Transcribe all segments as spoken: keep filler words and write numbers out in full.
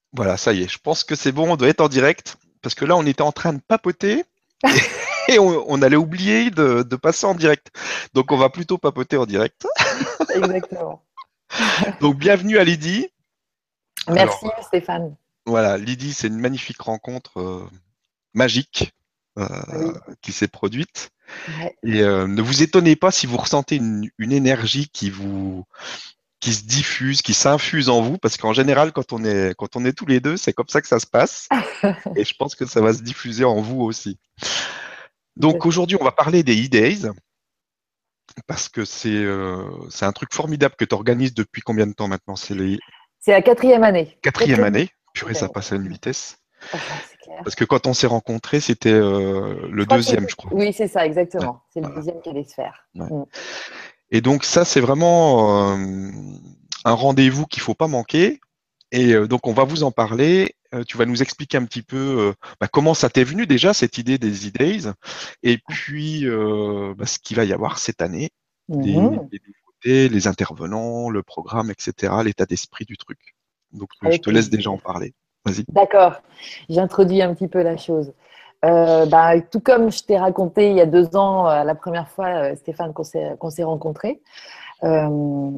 Voilà, ça y est, je pense que c'est bon, on doit être en direct, parce que là, on était en train de papoter et, et on, on allait oublier de, de passer en direct. Donc, on va plutôt papoter en direct. Exactement. Donc, bienvenue à Lydie. Alors, Merci Stéphane. voilà, Lydie, c'est une magnifique rencontre euh, magique euh, Oui. qui s'est produite. Ouais. Et euh, ne vous étonnez pas si vous ressentez une, une énergie qui vous, qui se diffuse, qui s'infuse en vous, parce qu'en général, quand on est, quand on est tous les deux, c'est comme ça que ça se passe. Et je pense que ça va se diffuser en vous aussi. Tout à Donc fait. aujourd'hui, on va parler des E-Days, parce que c'est euh, c'est un truc formidable que tu organises depuis combien de temps maintenant? C'est les C'est la quatrième année. quatrième Quatrième année. Purée, ça année. passe à une vitesse. Ouais, c'est clair. Parce que quand on s'est rencontrés, c'était euh, le Je crois que deuxième, c'était. je crois. Oui, c'est ça, Ouais, exactement. C'est le voilà, deuxième qui allait se faire. ouais. Mm. Et donc ça, c'est vraiment euh, un rendez-vous qu'il faut pas manquer. Et euh, donc on va vous en parler. Euh, tu vas nous expliquer un petit peu euh, bah, comment ça t'est venu déjà, cette idée des E-Days, et puis euh, bah, ce qu'il va y avoir cette année, les, Mhm. les nouveautés, les intervenants, le programme, et cetera, l'état d'esprit du truc. Donc euh, je Avec te laisse déjà en plaisir. parler. Vas-y. D'accord. J'introduis un petit peu la chose. Euh, bah, tout comme je t'ai raconté il y a deux ans, euh, la première fois, euh, Stéphane, qu'on s'est qu'on s'est rencontrés, euh,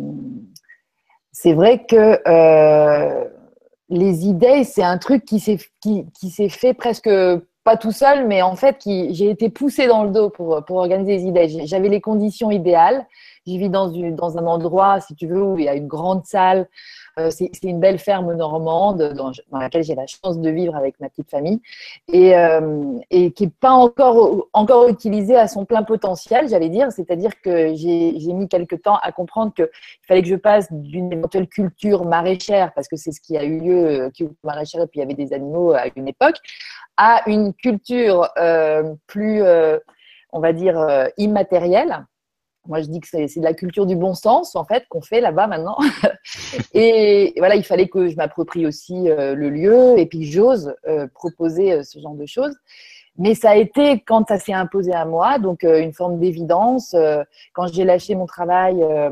c'est vrai que euh, les idées, c'est un truc qui s'est qui, qui s'est fait presque pas tout seul, mais en fait, qui, j'ai été poussée dans le dos pour, pour organiser les idées. J'avais les conditions idéales. Je vis dans, une, dans un endroit, si tu veux, où il y a une grande salle. Euh, c'est c'est une belle ferme normande dans, dans laquelle j'ai la chance de vivre avec ma petite famille et, euh, et qui n'est pas encore, encore utilisée à son plein potentiel, j'allais dire. C'est-à-dire que j'ai j'ai mis quelques temps à comprendre que il fallait que je passe d'une éventuelle culture maraîchère, parce que c'est ce qui a eu lieu, euh, culture maraîchère, et puis il y avait des animaux à une époque, à une culture euh, plus, euh, on va dire, euh, immatérielle. Moi, je dis que c'est de la culture du bon sens, en fait, qu'on fait là-bas maintenant. Et voilà, il fallait que je m'approprie aussi euh, le lieu et puis que j'ose euh, proposer euh, ce genre de choses. Mais ça a été quand ça s'est imposé à moi, donc euh, une forme d'évidence. Euh, quand j'ai lâché mon travail euh,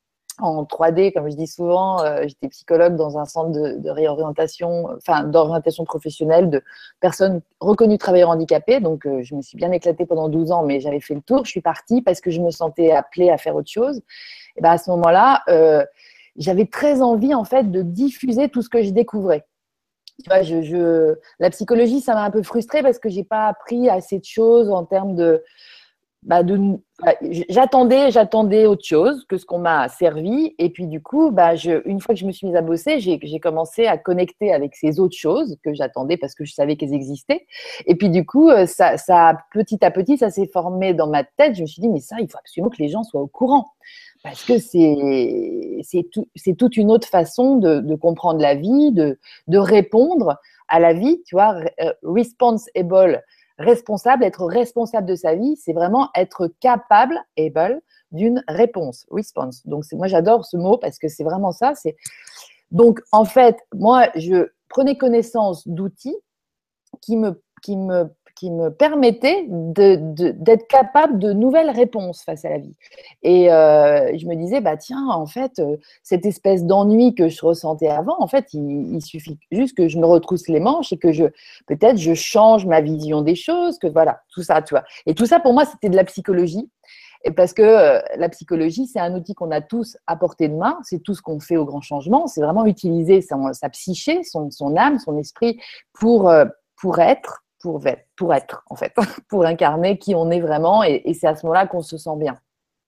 en trois D, comme je dis souvent. Euh, j'étais psychologue dans un centre de, de réorientation, enfin d'orientation professionnelle de personnes reconnues travailleurs handicapés. Donc, euh, je me suis bien éclatée pendant douze ans, mais j'avais fait le tour. Je suis partie parce que je me sentais appelée à faire autre chose. Et ben à ce moment-là, euh, j'avais très envie en fait de diffuser tout ce que je découvrais. Tu vois, je, je... La psychologie, ça m'a un peu frustrée parce que j'ai pas appris assez de choses en termes de bah de, bah, j'attendais, j'attendais autre chose que ce qu'on m'a servi. Et puis, du coup, bah, je, une fois que je me suis mise à bosser, j'ai, j'ai commencé à connecter avec ces autres choses que j'attendais parce que je savais qu'elles existaient. Et puis, du coup, euh, ça, ça, petit à petit, ça s'est formé dans ma tête. Je me suis dit, mais ça, il faut absolument que les gens soient au courant. Parce que c'est, c'est, tout, c'est toute une autre façon de, de comprendre la vie, de, de répondre à la vie, tu vois, euh, responsible, responsable, être responsable de sa vie, c'est vraiment être capable, able, d'une réponse, response. Donc, c'est, moi, j'adore ce mot parce que c'est vraiment ça. C'est... Donc, en fait, moi, je prenais connaissance d'outils qui me, qui me, qui me permettait de, de, d'être capable de nouvelles réponses face à la vie. Et euh, je me disais, bah tiens, en fait, euh, cette espèce d'ennui que je ressentais avant, en fait, il, il suffit juste que je me retrousse les manches et que je, peut-être, je change ma vision des choses, que voilà, tout ça, tu vois. Et tout ça, pour moi, c'était de la psychologie. Et parce que euh, la psychologie, c'est un outil qu'on a tous à portée de main, c'est tout ce qu'on fait au grand changement, c'est vraiment utiliser sa, sa psyché, son, son âme, son esprit pour, euh, pour être, pour, pour être, en fait, pour incarner qui on est vraiment, et, et c'est à ce moment-là qu'on se sent bien.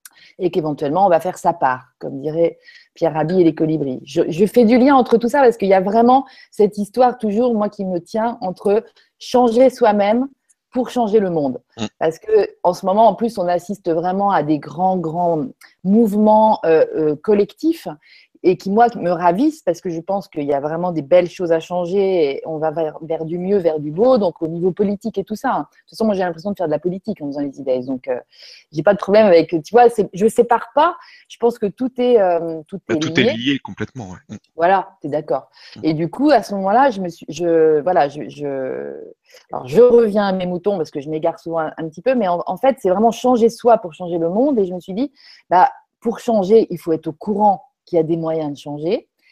Et qu'éventuellement, on va faire sa part, comme dirait Pierre Rabhi et les colibris. Je, je fais du lien entre tout ça parce qu'il y a vraiment cette histoire, toujours, moi, qui me tient entre changer soi-même pour changer le monde. Mm. Parce que en ce moment, en plus, on assiste vraiment à des grands, grands mouvements euh, euh, collectifs et qui, moi, me ravissent parce que je pense qu'il y a vraiment des belles choses à changer et on va vers, vers du mieux, vers du beau, donc au niveau politique et tout ça. De toute façon, moi, j'ai l'impression de faire de la politique en faisant les idées. Donc, euh, j'ai pas de problème avec, tu vois, c'est, je sépare pas. Je pense que tout est, euh, tout Bah, est tout est lié. lié complètement. Ouais. Mm. Voilà, tu es d'accord. Mm. Et du coup, à ce moment-là, je me suis, je, voilà, je, je, alors je reviens à mes moutons parce que je m'égare souvent un, un petit peu, mais en, en fait, c'est vraiment changer soi pour changer le monde. Et je me suis dit, bah, pour changer, il faut être au courant qu'il y a des moyens de changer.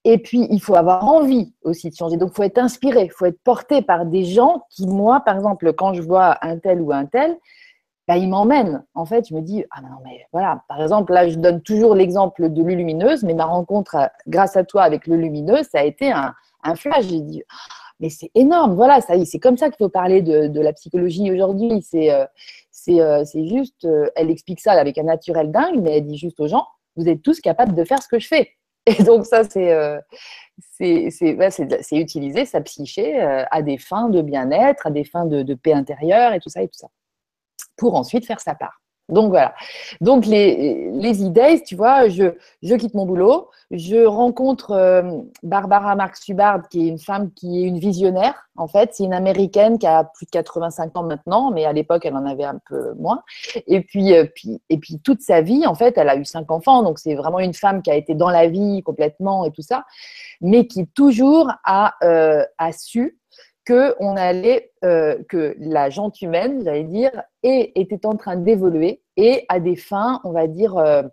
Et puis, il faut avoir envie aussi de changer. Donc, il faut être inspiré, il faut être porté par des gens qui, moi, par exemple, quand je vois un tel ou un tel, bah, ils m'emmènent. En fait, je me dis, ah non, mais voilà, par exemple, là, je donne toujours l'exemple de Lulumineuse, mais ma rencontre, euh, grâce à toi, avec Lulumineuse, ça a été un, un flash. J'ai dit, mais c'est énorme, voilà, ça y est, c'est comme ça qu'il faut parler de, de la psychologie aujourd'hui. C'est euh, c'est euh, c'est juste, euh, elle explique ça avec un naturel dingue, mais elle dit juste aux gens, vous êtes tous capables de faire ce que je fais. Et donc ça, c'est euh, c'est c'est ouais, c'est c'est utiliser sa psyché euh, à des fins de bien-être, à des fins de, de paix intérieure et tout ça et tout ça, pour ensuite faire sa part. Donc voilà. Donc les, les idées, tu vois, je, je quitte mon boulot, je rencontre euh, Barbara Marx-Hubbard, qui est une femme qui est une visionnaire. En fait, c'est une Américaine qui a plus de quatre-vingt-cinq ans maintenant, mais à l'époque, elle en avait un peu moins. Et puis, euh, puis, et puis toute sa vie, en fait, elle a eu cinq enfants. Donc c'est vraiment une femme qui a été dans la vie complètement et tout ça, mais qui toujours a, euh, a su que on allait, euh, que la gente humaine, j'allais dire, et était en train d'évoluer et à des fins, on va dire, euh,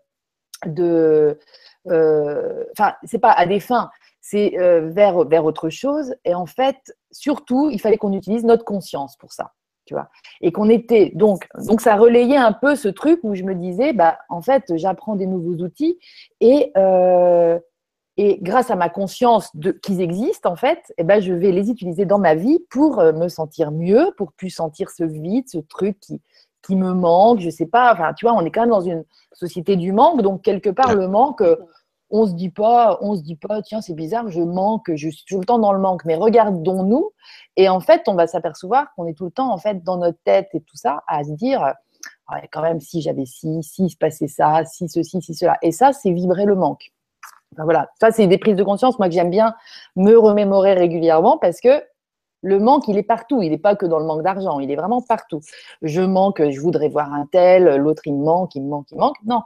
de, euh, enfin, c'est pas à des fins, c'est euh, vers vers autre chose. Et en fait, surtout, il fallait qu'on utilise notre conscience pour ça, tu vois, et qu'on était donc donc ça relayait un peu ce truc où je me disais, bah en fait, j'apprends des nouveaux outils et euh, et grâce à ma conscience de, qu'ils existent, en fait, eh ben, je vais les utiliser dans ma vie pour euh, me sentir mieux, pour plus sentir ce vide, ce truc qui, qui me manque. Je sais pas, enfin, tu vois, on est quand même dans une société du manque, donc quelque part, le manque, euh, on se dit pas, on se dit pas, tiens, c'est bizarre, je manque, je suis tout le temps dans le manque. Mais regardons-nous, et en fait, on va s'apercevoir qu'on est tout le temps, en fait, dans notre tête et tout ça, à se dire, ah ouais, quand même, si j'avais ci, si il se passait ça, si ceci, si cela. Et ça, c'est vibrer le manque. Enfin, voilà, ça c'est des prises de conscience, moi que j'aime bien me remémorer régulièrement parce que le manque, il est partout, il n'est pas que dans le manque d'argent, il est vraiment partout. Je manque, je voudrais voir un tel, l'autre il me manque, il me manque, il me manque. Non,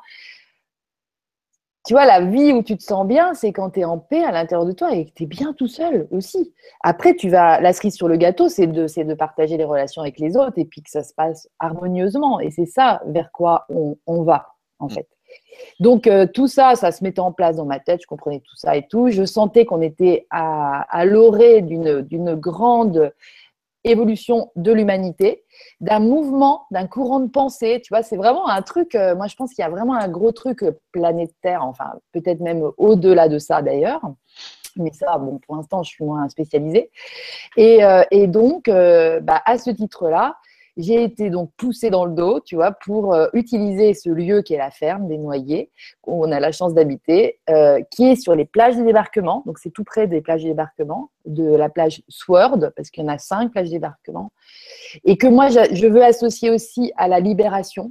tu vois, la vie où tu te sens bien, c'est quand tu es en paix à l'intérieur de toi et que tu es bien tout seul aussi. Après, tu vas, la cerise sur le gâteau, c'est de, c'est de partager les relations avec les autres et puis que ça se passe harmonieusement. Et c'est ça vers quoi on, on va, en fait. Donc, euh, tout ça, ça se mettait en place dans ma tête, je comprenais tout ça et tout. Je sentais qu'on était à, à l'orée d'une, d'une grande évolution de l'humanité, d'un mouvement, d'un courant de pensée. Tu vois, c'est vraiment un truc, euh, moi je pense qu'il y a vraiment un gros truc planétaire, enfin peut-être même au-delà de ça d'ailleurs. Mais ça, bon, pour l'instant, je suis moins spécialisée. Et, euh, et donc, euh, bah, à ce titre-là, j'ai été donc poussée dans le dos, tu vois, pour euh, utiliser ce lieu qui est la ferme des Noyers, où on a la chance d'habiter, euh, qui est sur les plages de débarquement. Donc, c'est tout près des plages de débarquement, de la plage Sword, parce qu'il y en a cinq plages de débarquement. Et que moi, je veux associer aussi à la libération,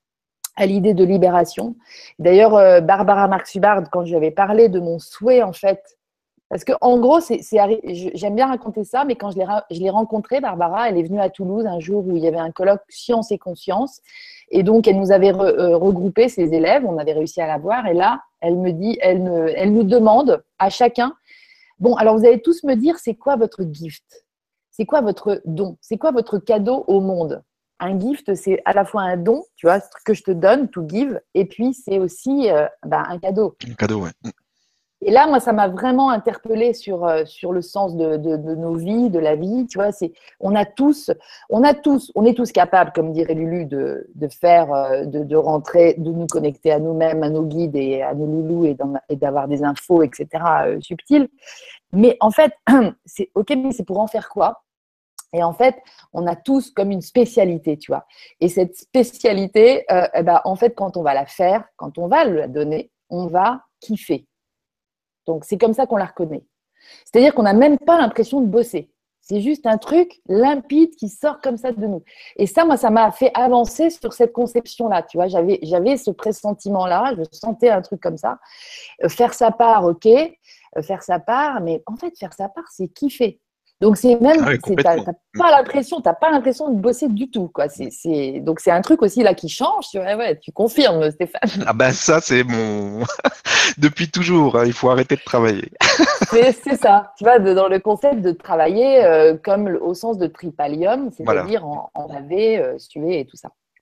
à l'idée de libération. D'ailleurs, euh, Barbara Marx-Hubbard, quand je lui avais parlé de mon souhait, en fait, parce que en gros, c'est, c'est, j'aime bien raconter ça, mais quand je l'ai, je l'ai rencontrée, Barbara, elle est venue à Toulouse un jour où il y avait un colloque Science et Conscience. Et donc, elle nous avait re, euh, regroupé ses élèves, on avait réussi à la voir. Et là, elle me dit, elle, me, elle nous demande à chacun, bon, alors vous allez tous me dire, c'est quoi votre gift? C'est quoi votre don? C'est quoi votre cadeau au monde? Un gift, c'est à la fois un don, tu vois, ce que je te donne, to give, et puis c'est aussi euh, bah, un cadeau. Un cadeau, ouais. Et là, moi, ça m'a vraiment interpellée sur, euh, sur le sens de, de, de nos vies, de la vie. Tu vois, c'est, on a tous, on a tous, on est tous capables, comme dirait Lulu, de, de faire, euh, de, de rentrer, de nous connecter à nous-mêmes, à nos guides et à nos loulous et, et d'avoir des infos, et cetera euh, subtiles. Mais en fait, c'est ok, mais c'est pour en faire quoi? Et en fait, on a tous comme une spécialité, tu vois. Et cette spécialité, euh, eh ben, en fait, quand on va la faire, quand on va la donner, on va kiffer. Donc, c'est comme ça qu'on la reconnaît. C'est-à-dire qu'on n'a même pas l'impression de bosser. C'est juste un truc limpide qui sort comme ça de nous. Et ça, moi, ça m'a fait avancer sur cette conception-là. Tu vois, j'avais, j'avais ce pressentiment-là, je sentais un truc comme ça. Euh, faire sa part, ok. Euh, faire sa part, mais en fait, faire sa part, c'est kiffer. Donc, c'est même, Ah oui, c'est, t'as, complètement. t'as pas l'impression, t'as pas l'impression de bosser du tout, quoi. C'est, c'est, donc, c'est un truc aussi là qui change. Tu vois, ouais, tu confirmes, Stéphane. Ah ben ça, c'est mon... Depuis toujours, hein, il faut arrêter de travailler. C'est, c'est ça, tu vois, de, dans le concept de travailler euh, comme le- au sens de tripalium, Voilà. c'est-à-dire en, en laver, euh, suer et tout ça.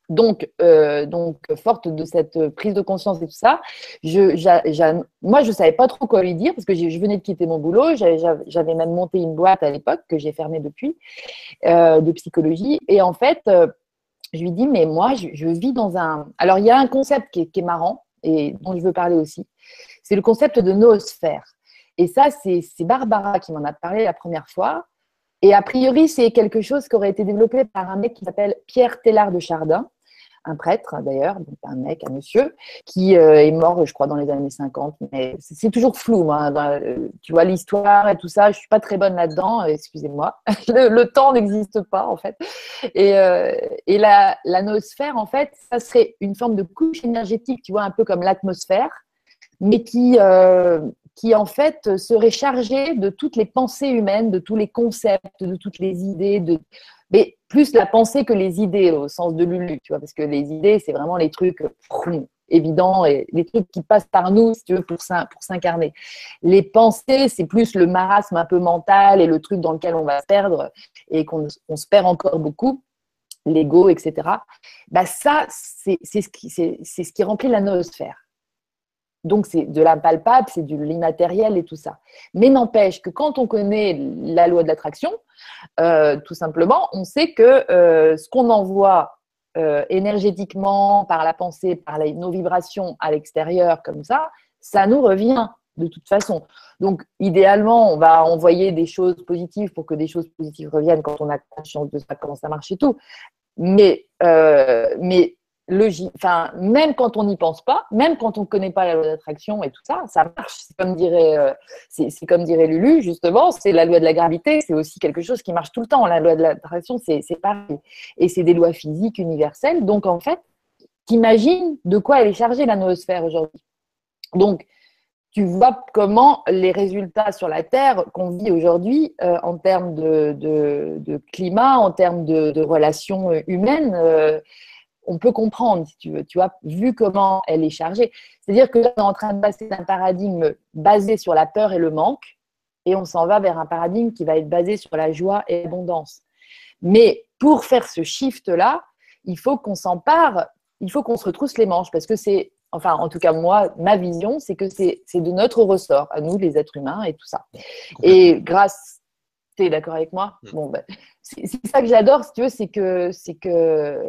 Donc, euh, donc, forte de cette prise de conscience et tout ça, je, j'a, j'a, moi, je ne savais pas trop quoi lui dire parce que je venais de quitter mon boulot. J'avais, j'avais même monté une boîte à l'époque que j'ai fermée depuis, euh, de psychologie. Et en fait, euh, je lui dis, mais moi, je, je vis dans un… Alors, il y a un concept qui est, qui est marrant et dont je veux parler aussi. C'est le concept de noosphère. Et ça, c'est, c'est Barbara qui m'en a parlé la première fois. Et a priori, c'est quelque chose qui aurait été développé par un mec qui s'appelle Pierre Teilhard de Chardin, un prêtre d'ailleurs, donc un mec, un monsieur, qui euh, est mort, je crois, dans les années cinquante. Mais c'est, c'est toujours flou, moi. Dans, euh, tu vois, l'histoire et tout ça, je ne suis pas très bonne là-dedans, euh, excusez-moi. Le, le temps n'existe pas, en fait. Et, euh, et la, la noosphère, en fait, ça serait une forme de couche énergétique, tu vois, un peu comme l'atmosphère, mais qui, euh, qui en fait serait chargée de toutes les pensées humaines, de tous les concepts, de toutes les idées, de… mais plus la pensée que les idées au sens de Lulu, tu vois, parce que les idées, c'est vraiment les trucs pff, évidents et les trucs qui passent par nous, si tu veux, pour, pour s'incarner. Les pensées, c'est plus le marasme un peu mental et le truc dans lequel on va se perdre et qu'on on se perd encore beaucoup, l'ego, et cetera. Bah ça, c'est, c'est, ce qui, c'est, c'est ce qui remplit la noosphère. Donc, c'est de l'impalpable, c'est de l'immatériel et tout ça. Mais n'empêche que quand on connaît la loi de l'attraction, euh, tout simplement, on sait que euh, ce qu'on envoie euh, énergétiquement, par la pensée, par la, nos vibrations à l'extérieur, comme ça, ça nous revient de toute façon. Donc, idéalement, on va envoyer des choses positives pour que des choses positives reviennent quand on a conscience de ça, comment ça marche et tout. Mais, euh, mais logique, enfin, même quand on n'y pense pas, même quand on ne connaît pas la loi d'attraction et tout ça, ça marche. C'est comme dirait, euh, c'est, c'est comme dirait Lulu, justement, c'est la loi de la gravité, c'est aussi quelque chose qui marche tout le temps. La loi de l'attraction, c'est, c'est pareil. Et c'est des lois physiques universelles. Donc, en fait, t'imagines de quoi elle est chargée, la noosphère, aujourd'hui. Donc, tu vois comment les résultats sur la Terre qu'on vit aujourd'hui euh, en termes de, de, de climat, en termes de, de relations humaines, euh, on peut comprendre, si tu veux, tu vois, vu comment elle est chargée. C'est-à-dire que là, on est en train de passer d'un paradigme basé sur la peur et le manque, et on s'en va vers un paradigme qui va être basé sur la joie et l'abondance. Mais pour faire ce shift-là, il faut qu'on s'empare, il faut qu'on se retrousse les manches, parce que c'est, enfin, en tout cas, moi, ma vision, c'est que c'est, c'est de notre ressort, à nous, les êtres humains, et tout ça. Et grâce… Tu es d'accord avec moi ? Mmh. Bon, ben, c'est, c'est ça que j'adore, si tu veux, c'est que, c'est que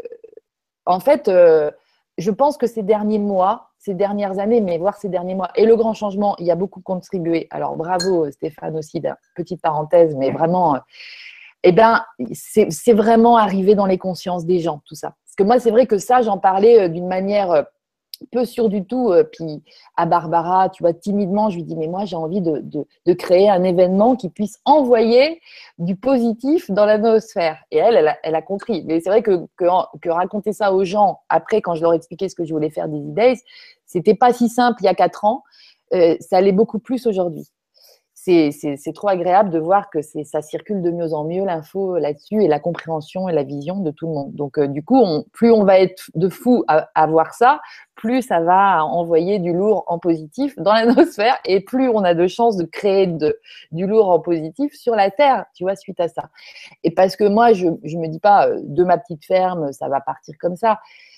en fait, euh, je pense que ces derniers mois, ces dernières années, mais voire ces derniers mois, et le grand changement, il y a beaucoup contribué. Alors, bravo Stéphane aussi, petite parenthèse, mais vraiment, euh, eh ben, c'est, c'est vraiment arrivé dans les consciences des gens, tout ça. Parce que moi, c'est vrai que ça, j'en parlais euh, d'une manière… Euh, peu sûre du tout. Euh, puis à Barbara, tu vois, timidement, je lui dis, mais moi, j'ai envie de, de, de créer un événement qui puisse envoyer du positif dans la noosphère. Et elle, elle a, elle a compris. Mais c'est vrai que, que, que raconter ça aux gens, après, quand je leur expliquais ce que je voulais faire des E-Days, c'était pas si simple il y a quatre ans. Euh, ça l'est beaucoup plus aujourd'hui. C'est, c'est, c'est trop agréable de voir que c'est, ça circule de mieux en mieux, l'info là-dessus, et la compréhension et la vision de tout le monde. Donc, euh, du coup, on, plus on va être de fous à, à voir ça, plus ça va envoyer du lourd en positif dans la noosphère, et plus on a de chances de créer de, du lourd en positif sur la Terre, tu vois, suite à ça. Et parce que moi, je ne me dis pas, euh, de ma petite ferme, ça va partir comme ça.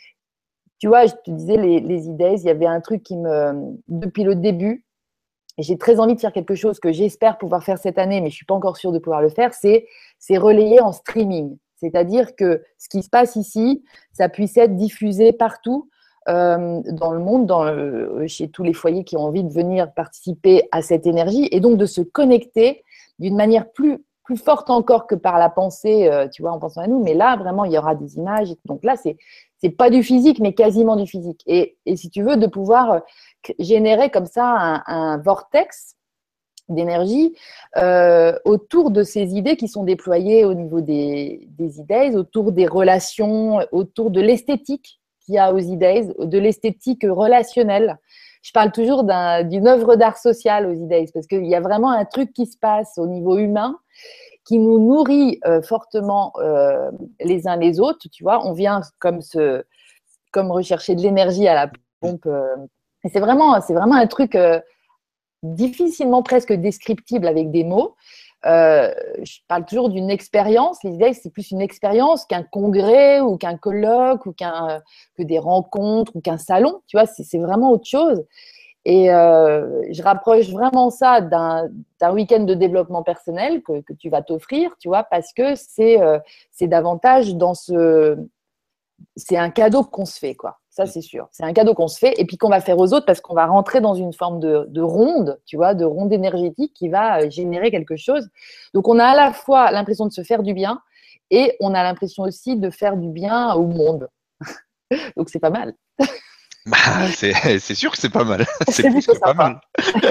Tu vois, je te disais, les, les E-Days, il y avait un truc qui me… Depuis le début, et j'ai très envie de faire quelque chose que j'espère pouvoir faire cette année, mais je ne suis pas encore sûre de pouvoir le faire, c'est, c'est relayer en streaming. C'est-à-dire que ce qui se passe ici, ça puisse être diffusé partout euh, dans le monde, dans le, chez tous les foyers qui ont envie de venir participer à cette énergie, et donc de se connecter d'une manière plus, plus forte encore que par la pensée, euh, tu vois, en pensant à nous. Mais là, vraiment, il y aura des images. Donc là, c'est, c'est pas du physique, mais quasiment du physique. Et, et si tu veux, de pouvoir générer comme ça un, un vortex d'énergie euh, autour de ces idées qui sont déployées au niveau des, des E-Days, autour des relations, autour de l'esthétique qu'il y a aux E-Days, de l'esthétique relationnelle. Je parle toujours d'un, d'une œuvre d'art social aux E-Days, parce qu'il y a vraiment un truc qui se passe au niveau humain qui nous nourrit euh, fortement euh, les uns les autres. Tu vois, on vient comme, se, comme rechercher de l'énergie à la pompe. Euh, et c'est vraiment, c'est vraiment un truc… Euh, difficilement presque descriptible avec des mots, euh, je parle toujours d'une expérience. Les idées, c'est plus une expérience qu'un congrès ou qu'un colloque ou qu'un, que des rencontres ou qu'un salon. Tu vois, c'est, c'est vraiment autre chose. Et euh, je rapproche vraiment ça d'un, d'un week-end de développement personnel que, que tu vas t'offrir, tu vois, parce que c'est, euh, c'est davantage dans ce… C'est un cadeau qu'on se fait, quoi. Ça, c'est sûr. C'est un cadeau qu'on se fait et puis qu'on va faire aux autres parce qu'on va rentrer dans une forme de, de ronde, tu vois, de ronde énergétique qui va euh, générer quelque chose. Donc, on a à la fois l'impression de se faire du bien et on a l'impression aussi de faire du bien au monde. Donc, c'est pas mal. Bah, c'est c'est sûr que c'est pas mal. C'est C'est plus plutôt que pas sympa. mal.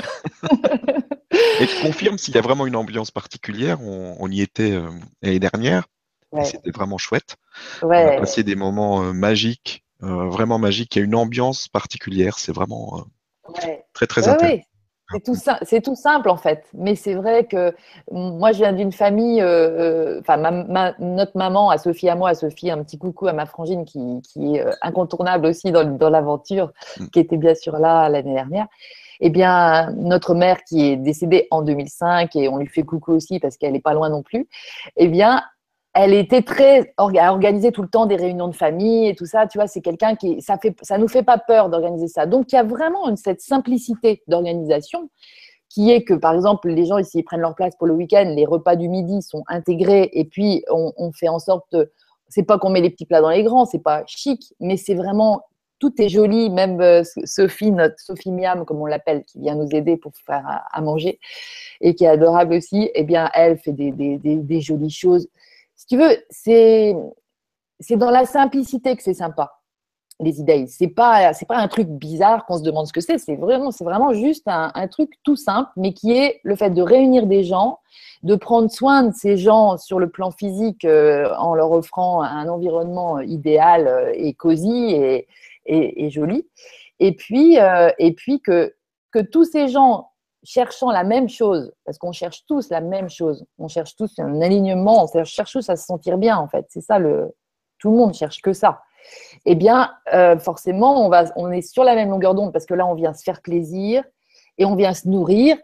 Et je confirme s'il y a vraiment une ambiance particulière. On, on y était euh, l'année dernière et Ouais, c'était vraiment chouette. On a ouais, passé des moments euh, magiques, euh, vraiment magiques. Il y a une ambiance particulière. C'est vraiment euh, ouais. très, très Ouais, intéressant. ouais. C'est tout, sim- c'est tout simple en fait, mais c'est vrai que moi je viens d'une famille, euh, euh, enfin ma- ma- notre maman, à Sophie, à moi, à Sophie, un petit coucou à ma frangine qui, qui est euh, incontournable aussi dans, dans l'aventure, Mm. qui était bien sûr là l'année dernière. Eh bien, notre mère qui est décédée en deux mille cinq et on lui fait coucou aussi parce qu'elle n'est pas loin non plus, eh bien, elle était très orga- à organiser tout le temps des réunions de famille et tout ça. Tu vois, c'est quelqu'un qui, ça fait, ça nous fait pas peur d'organiser ça. Donc, il y a vraiment une, cette simplicité d'organisation qui est que, par exemple, les gens ici ils prennent leur place pour le week-end, les repas du midi sont intégrés et puis on, on fait en sorte, de, c'est pas qu'on met les petits plats dans les grands, c'est pas chic, mais c'est vraiment tout est joli. Même euh, Sophie, notre Sophie Miam, comme on l'appelle, qui vient nous aider pour faire à, à manger et qui est adorable aussi. Eh bien, elle fait des, des, des, des jolies choses. Si tu veux, c'est c'est dans la simplicité que c'est sympa les idées. C'est pas, c'est pas un truc bizarre qu'on se demande ce que c'est. C'est vraiment, c'est vraiment juste un, un truc tout simple, mais qui est le fait de réunir des gens, de prendre soin de ces gens sur le plan physique euh, en leur offrant un environnement idéal euh, et cosy et, et, et joli. Et puis, euh, et puis que, que tous ces gens cherchant la même chose, parce qu'on cherche tous la même chose, on cherche tous un alignement, on cherche tous à se sentir bien en fait. C'est ça le, tout le monde cherche que ça. Eh bien, euh, forcément, on, va, on est sur la même longueur d'onde parce que là, on vient se faire plaisir et on vient se nourrir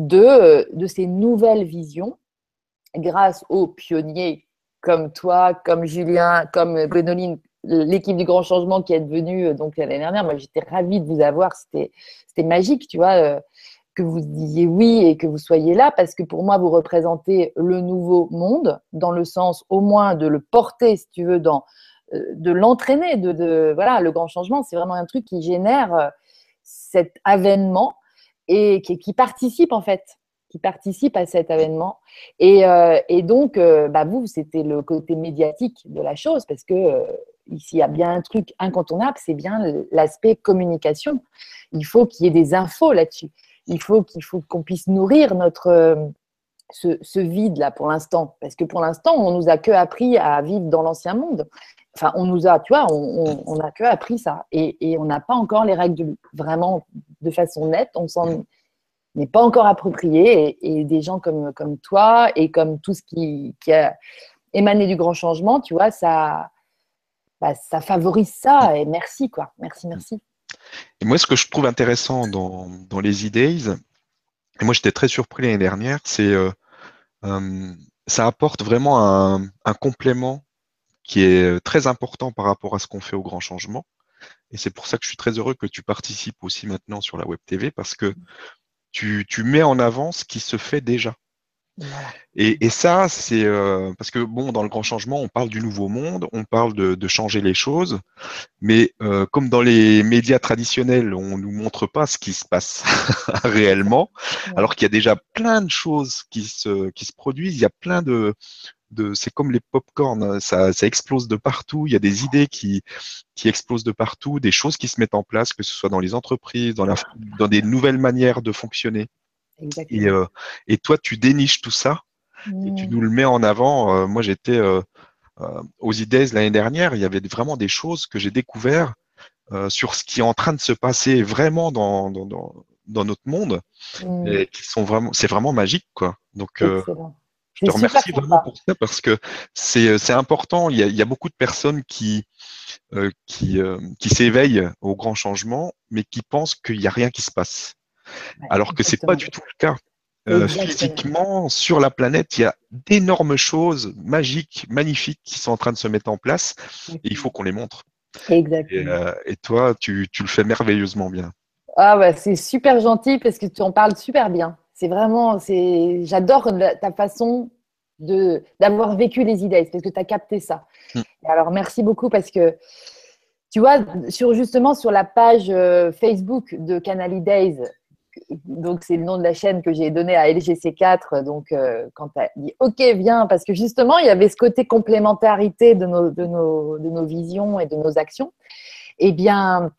de, de ces nouvelles visions grâce aux pionniers comme toi, comme Julien, comme Gwénoline, l'équipe du Grand Changement qui est venue donc l'année dernière. Moi, j'étais ravie de vous avoir. C'était, c'était magique, tu vois, euh, que vous disiez oui et que vous soyez là parce que pour moi, vous représentez le nouveau monde dans le sens au moins de le porter, si tu veux, dans de l'entraîner, de, de voilà, le grand changement, c'est vraiment un truc qui génère euh, cet avènement et qui, qui participe en fait, qui participe à cet avènement. Et, euh, et donc, euh, bah vous, c'était le côté médiatique de la chose parce que euh, ici, il y a bien un truc incontournable, c'est bien l'aspect communication. Il faut qu'il y ait des infos là-dessus. Il faut qu'il faut qu'on puisse nourrir notre euh, ce, ce vide-là pour l'instant. Parce que pour l'instant, on nous a que appris à vivre dans l'ancien monde. Enfin, on nous a, tu vois, on, on, on a que appris ça. Et, et on n'a pas encore les règles vraiment de façon nette. On s'en n'est pas encore approprié. Et, et des gens comme, comme toi et comme tout ce qui, qui a émané du grand changement, tu vois, ça, bah, ça favorise ça. Et merci, quoi. Merci, merci. Et moi, ce que je trouve intéressant dans, dans les e-days, et moi j'étais très surpris l'année dernière, c'est euh, euh, ça apporte vraiment un, un complément qui est très important par rapport à ce qu'on fait au grand changement. Et c'est pour ça que je suis très heureux que tu participes aussi maintenant sur la Web T V parce que tu, tu mets en avant ce qui se fait déjà. Voilà. Et, et ça, c'est euh, parce que bon, dans le grand changement, on parle du nouveau monde, on parle de, de changer les choses, mais euh, comme dans les médias traditionnels, on nous montre pas ce qui se passe réellement, alors qu'il y a déjà plein de choses qui se, qui se produisent, il y a plein de, de c'est comme les pop-corn, ça, ça explose de partout, il y a des idées qui, qui explosent de partout, des choses qui se mettent en place, que ce soit dans les entreprises, dans, la, dans des nouvelles manières de fonctionner. Et, Exactement. euh, et toi, tu déniches tout ça et tu Mmh. nous le mets en avant. Euh, moi, j'étais euh, euh, aux E-Days l'année dernière, il y avait vraiment des choses que j'ai découvert euh, sur ce qui est en train de se passer vraiment dans, dans, dans, dans notre monde Mmh. et qui sont vraiment, c'est vraiment magique, quoi. Donc, euh, Excellent. je C'est te super remercie vraiment sympa. pour ça parce que c'est c'est important. Il y a, il y a beaucoup de personnes qui euh, qui euh, qui s'éveillent au grand changement, mais qui pensent qu'il n'y a rien qui se passe, Ouais, alors que c'est pas exactement. du tout le cas. Euh, exactement. physiquement, sur la planète, il y a d'énormes choses magiques, magnifiques qui sont en train de se mettre en place et il faut qu'on les montre. Et, Exactement. euh, et toi, tu, tu le fais merveilleusement bien. Ah ouais, c'est super gentil parce que tu en parles super bien. C'est vraiment, c'est, j'adore la- ta façon de d'avoir vécu les idées parce que tu as capté ça. Mm. Et alors merci beaucoup parce que tu vois, sur justement sur la page euh, Facebook de Canali Days, donc c'est le nom de la chaîne que j'ai donné à L G C quatre. Donc euh, quand tu as dit OK, viens, parce que justement il y avait ce côté complémentarité de nos, de nos, de nos visions et de nos actions. Eh bien,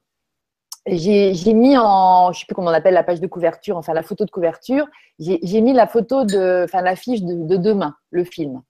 j'ai j'ai mis en, je ne sais plus comment on appelle la page de couverture, enfin la photo de couverture, j'ai j'ai mis la photo de, enfin l'affiche de, de Demain, le film.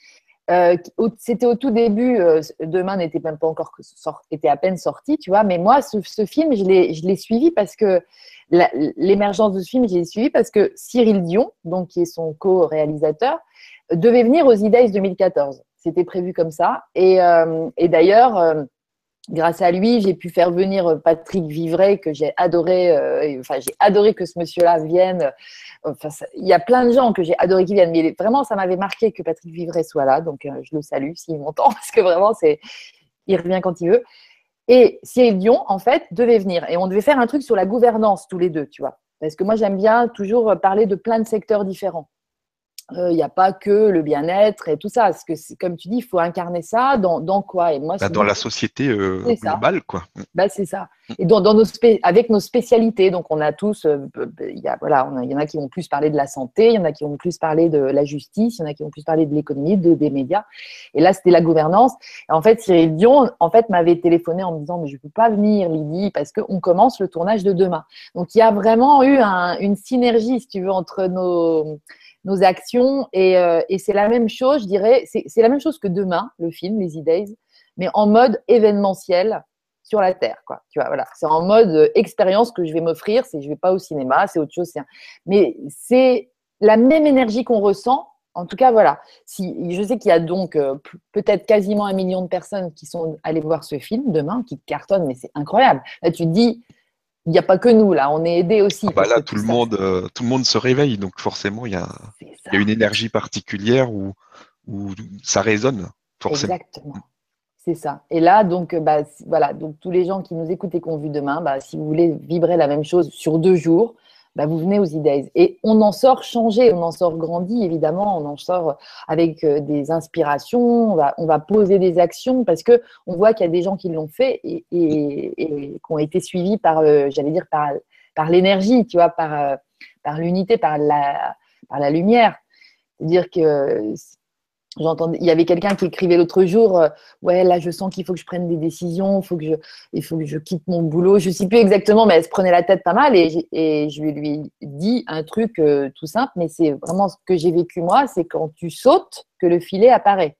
Euh, C'était au tout début, euh, Demain n'était même pas encore sort, était à peine sorti, tu vois. Mais moi, ce, ce film, je l'ai, je l'ai suivi parce que la- l'émergence de ce film, je l'ai suivi parce que Cyril Dion, donc qui est son co-réalisateur, devait venir aux E Days deux mille quatorze. C'était prévu comme ça. Et, euh, et d'ailleurs, euh, grâce à lui, j'ai pu faire venir Patrick Vivray, que j'ai adoré. Euh, enfin, j'ai adoré que ce monsieur-là vienne. Enfin, ça, il y a plein de gens que j'ai adoré qui viennent, mais vraiment, ça m'avait marqué que Patrick Vivray soit là. Donc, euh, je le salue s'il m'entend, parce que vraiment, c'est, il revient quand il veut. Et Cyril Dion, en fait, devait venir. Et on devait faire un truc sur la gouvernance tous les deux, tu vois. Parce que moi, j'aime bien toujours parler de plein de secteurs différents. Il euh, n'y a pas que le bien-être et tout ça. Parce que, comme tu dis, il faut incarner ça dans, dans quoi. Et moi, Bah, je dans dis, la société euh, c'est ça. globale, quoi. Bah, c'est ça. Et dans, dans nos spé- avec nos spécialités, donc on a tous, euh, il y a, voilà, on a- il y en a qui vont plus parler de la santé, il y en a qui vont plus parler de la justice, il y en a qui vont plus parler de l'économie, de, des médias. Et là, c'était la gouvernance. Et en fait, Cyril Dion, en fait, m'avait téléphoné en me disant, mais je ne peux pas venir, Lydie, parce qu'on commence le tournage de Demain. Donc, il y a vraiment eu un- une synergie, si tu veux, entre nos, nos actions. Et, euh, et c'est la même chose, je dirais, c'est c'est la même chose que Demain, le film, les E-Days, mais en mode événementiel sur la Terre, quoi. Tu vois, voilà. C'est en mode euh, expérience que je vais m'offrir. C'est, je vais pas au cinéma, c'est autre chose. C'est un... Mais c'est la même énergie qu'on ressent. En tout cas, voilà. Si, je sais qu'il y a donc euh, peut-être quasiment un million de personnes qui sont allées voir ce film Demain, qui cartonnent, mais c'est incroyable. Là, tu te dis, il n'y a pas que nous, là. On est aidés aussi Ah bah pour que là, tout tout le ça. monde, euh, tout le monde se réveille, donc forcément, il y a, C'est il y a ça. une énergie particulière où, où ça résonne, forcément. Exactement. C'est ça. Et là, donc, euh, bah, voilà, donc tous les gens qui nous écoutent et qui ont vu Demain, bah, si vous voulez vibrer la même chose sur deux jours, bah, vous venez aux E-Days. Et on en sort changé, on en sort grandi, évidemment, on en sort avec euh, des inspirations, on va, on va poser des actions parce que on voit qu'il y a des gens qui l'ont fait et, et, et qui ont été suivis par, euh, j'allais dire, par, par l'énergie, tu vois, par, euh, par l'unité, par la, par la lumière. C'est-à-dire que j'entendais, il y avait quelqu'un qui écrivait l'autre jour, euh, ouais, là, je sens qu'il faut que je prenne des décisions, faut que je, il faut que je quitte mon boulot. Je ne sais plus exactement, mais elle se prenait la tête pas mal. Et, et je lui ai dit un truc euh, tout simple, mais c'est vraiment ce que j'ai vécu moi, c'est quand tu sautes que le filet apparaît.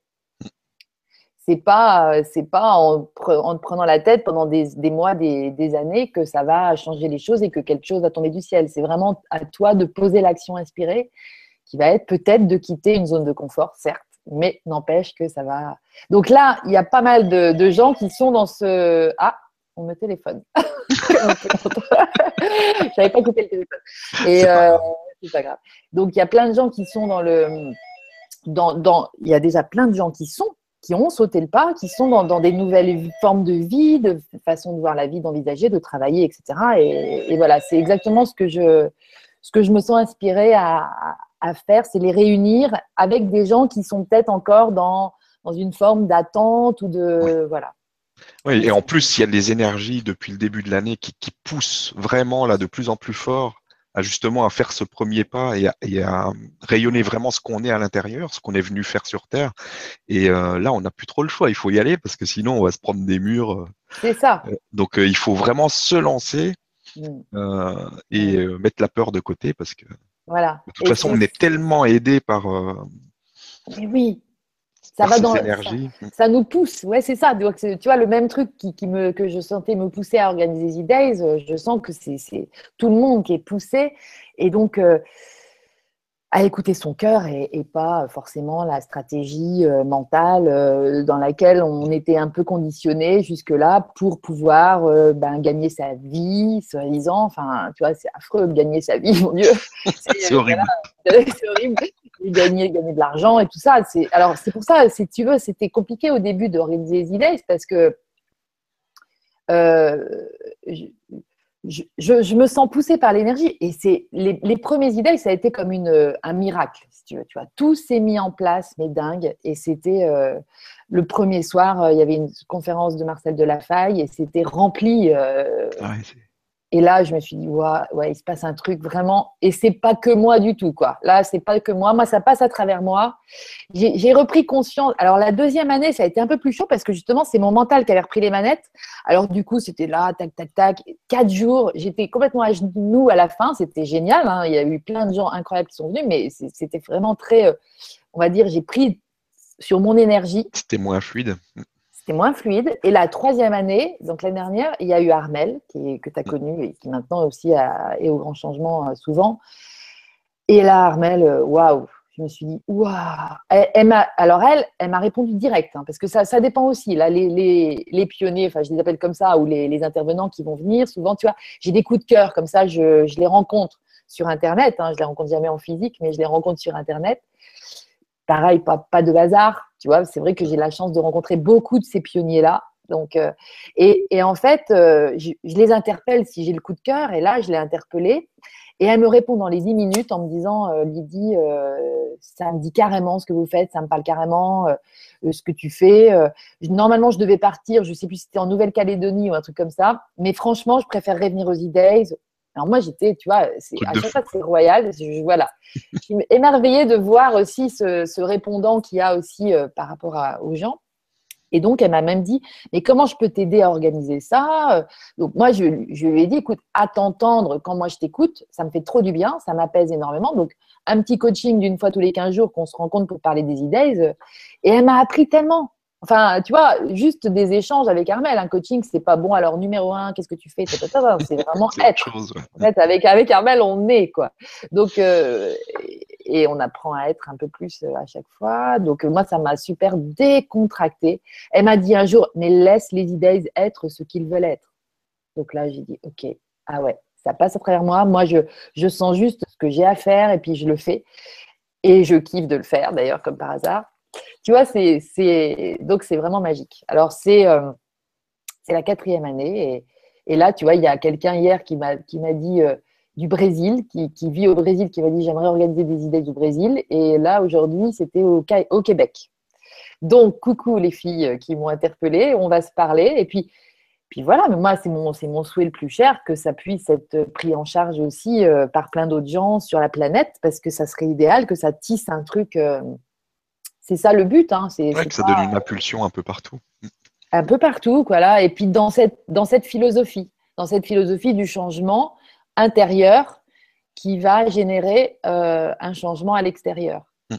C'est pas, c'est pas en, en te prenant la tête pendant des, des mois, des, des années que ça va changer les choses et que quelque chose va tomber du ciel. C'est vraiment à toi de poser l'action inspirée qui va être peut-être de quitter une zone de confort, certes, mais n'empêche que ça va. Donc là, il y a pas mal de, de gens qui sont dans ce. Ah, on me téléphone. Je n'avais pas coupé le téléphone. Et C'est pas euh, grave. c'est pas grave. Donc il y a plein de gens qui sont dans le. Dans, dans... Il y a déjà plein de gens qui sont qui ont sauté le pas, qui sont dans, dans des nouvelles formes de vie, de façon de voir la vie, d'envisager, de travailler, et cetera. Et, et voilà, c'est exactement ce que je, ce que je me sens inspirée à, à faire, c'est les réunir avec des gens qui sont peut-être encore dans, dans une forme d'attente ou Oui. de… Voilà. Oui, Et et en c'est… plus, il y a des énergies depuis le début de l'année qui, qui poussent vraiment là de plus en plus fort à justement à faire ce premier pas et à, et à rayonner vraiment ce qu'on est à l'intérieur, ce qu'on est venu faire sur Terre. Et euh, là, on n'a plus trop le choix. Il faut y aller parce que sinon, on va se prendre des murs. C'est ça. Euh, Donc, euh, il faut vraiment se lancer Mm. euh, et Mm. euh, mettre la peur de côté parce que Voilà. de toute Et façon, c'est… on est tellement aidé par, euh, Mais oui, ça par va ces dans… Ça, énergies. ça nous pousse. Ouais, c'est ça. Donc, c'est- tu vois, le même truc qui, qui me, que je sentais me pousser à organiser Z-Days, euh, je sens que c'est c'est tout le monde qui est poussé. Et donc… euh, à écouter son cœur et, et pas forcément la stratégie euh, mentale euh, dans laquelle on était un peu conditionné jusque-là pour pouvoir euh, ben, gagner sa vie, soi-disant. Enfin, tu vois, c'est affreux de gagner sa vie, mon Dieu. C'est, C'est euh, voilà, horrible. c'est horrible. Et gagner, gagner de l'argent et tout ça. C'est, alors, c'est pour ça, si tu veux, c'était compliqué au début d'organiser les idées parce que euh, je, je, je, je me sens poussée par l'énergie. Et c'est les, les premiers idées, ça a été comme une, un miracle, si tu veux. Tu vois. Tout s'est mis en place, mais dingue. Et c'était euh, le premier soir, euh, il y avait une conférence de Marcel Delafaye et c'était rempli. Euh, Ouais, c'est- Et là, je me suis dit, ouais, ouais, il se passe un truc vraiment. Et c'est pas que moi du tout, quoi. Là, c'est pas que moi. Moi, ça passe à travers moi. J'ai, j'ai repris conscience. Alors, la deuxième année, ça a été un peu plus chaud parce que justement, c'est mon mental qui avait repris les manettes. Alors, du coup, c'était là, tac, tac, tac. Quatre jours, j'étais complètement à genoux à la fin. C'était génial, hein. Il y a eu plein de gens incroyables qui sont venus, mais c'était vraiment très, euh, on va dire, j'ai pris sur mon énergie. C'était moins fluide. C'était moins fluide. Et la troisième année, donc l'année dernière, il y a eu Armel, qui, que tu as connu et qui maintenant aussi a, est au grand changement euh, souvent. Et là, Armel, euh, waouh, je me suis dit, waouh. Elle, elle m'a, alors elle, elle m'a répondu direct, hein, parce que ça, ça dépend aussi. Là, les, les, les pionniers, enfin, je les appelle comme ça, ou les, les intervenants qui vont venir, souvent, tu vois, j'ai des coups de cœur comme ça, je, je les rencontre sur Internet. Hein, je les rencontre jamais en physique, mais je les rencontre sur Internet. Pareil, pas, pas de hasard, tu vois. C'est vrai que j'ai la chance de rencontrer beaucoup de ces pionniers-là. Donc, euh, et, et en fait, euh, je, je les interpelle si j'ai le coup de cœur. Et là, je l'ai interpellée. Et elle me répond dans les dix minutes en me disant, euh, Lydie, euh, ça me dit carrément ce que vous faites, ça me parle carrément euh, ce que tu fais. Euh, normalement, je devais partir, je ne sais plus si c'était en Nouvelle-Calédonie ou un truc comme ça. Mais franchement, je préférerais venir aux E-Days. Alors moi, j'étais, tu vois, c'est, Truc à de chaque fou. fois, c'est royal. Je, voilà. Je suis émerveillée de voir aussi ce, ce répondant qu'il y a aussi euh, par rapport à, aux gens. Et donc, elle m'a même dit, mais comment je peux t'aider à organiser ça? Donc, moi, je, je lui ai dit, écoute, à t'entendre quand moi je t'écoute, ça me fait trop du bien, ça m'apaise énormément. Donc, un petit coaching d'une fois tous les quinze jours qu'on se rencontre pour parler des E-Days. Et elle m'a appris tellement. Enfin, tu vois, juste des échanges avec Armel. Un coaching, c'est pas bon. Alors, numéro un, qu'est-ce que tu fais? C'est vraiment C'est autre être. chose. Ouais. En fait, avec, avec Armel, on est, quoi. Donc, euh, et on apprend à être un peu plus à chaque fois. Donc, moi, ça m'a super décontracté. Elle m'a dit un jour, mais laisse les E-Days être ce qu'ils veulent être. Donc là, j'ai dit, OK, ah ouais, ça passe à travers moi. Moi, je, je sens juste ce que j'ai à faire et puis je le fais. Et je kiffe de le faire, d'ailleurs, comme par hasard. Tu vois, c'est, c'est... donc c'est vraiment magique. Alors, c'est, euh, c'est la quatrième année. Et, et là, tu vois, il y a quelqu'un hier qui m'a, qui m'a dit euh, du Brésil, qui, qui vit au Brésil, qui m'a dit, j'aimerais organiser des idées du Brésil. Et là, aujourd'hui, c'était au, au Québec. Donc, coucou les filles qui m'ont interpellée, on va se parler. Et puis, puis voilà, mais moi, c'est mon, c'est mon souhait le plus cher que ça puisse être pris en charge aussi euh, par plein d'autres gens sur la planète, parce que ça serait idéal que ça tisse un truc. Euh, c'est ça le but, hein, c'est, Ouais, c'est que ça donne pas une impulsion un peu partout. un peu partout, voilà. Et puis dans cette, dans cette philosophie, dans cette philosophie du changement intérieur qui va générer euh, un changement à l'extérieur. Mm.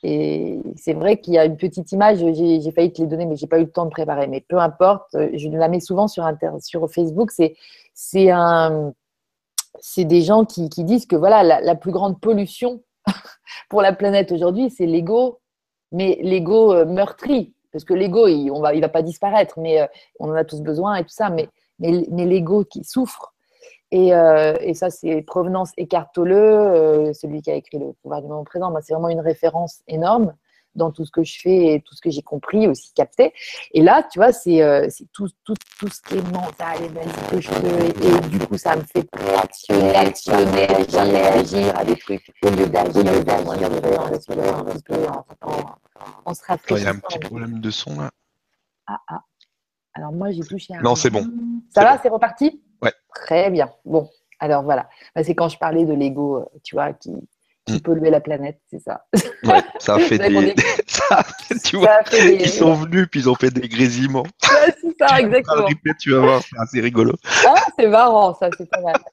Et c'est vrai qu'il y a une petite image, j'ai, j'ai failli te les donner, mais j'ai pas eu le temps de préparer. Mais peu importe, je la mets souvent sur, inter, sur Facebook. C'est, c'est, un, c'est des gens qui, qui disent que voilà, la, la plus grande pollution pour la planète aujourd'hui, c'est l'ego, mais l'ego euh, meurtri. Parce que l'ego, il ne va, il va pas disparaître, mais euh, on en a tous besoin et tout ça. Mais, mais, mais l'ego qui souffre. Et, euh, et ça, c'est Provenance Eckhart Tolle, euh, celui qui a écrit Le pouvoir du moment présent. Moi, c'est vraiment une référence énorme dans tout ce que je fais et tout ce que j'ai compris, aussi capté. Et là, tu vois, c'est, euh, c'est tout, tout, tout ce qui est mental et basique que je fais. Et du coup, ça me fait actionner, actionner, agir, agir à des trucs au lieu d'agir, au lieu d'agir, en respirant un petit peu, en, en, en se Attends, il y a rafraîchissant. un petit problème de son là. Ah, ah. Alors moi, j'ai touché à Non, rien. c'est bon. Ça C'est va, bon. c'est reparti? Ouais. Très bien. Bon, alors voilà. Bah, c'est quand je parlais de l'ego, euh, tu vois, qui, qui Mm. polluait la planète, c'est ça. Ouais, ça a fait C'est vrai qu'on des. est- ça, tu vois, Ça a fait des. ils sont venus puis ils ont fait des grésillements. Ouais, c'est Tu ça, vas le exactement. répéter, tu vas voir, c'est assez rigolo. Ah, c'est marrant, ça, c'est pas mal.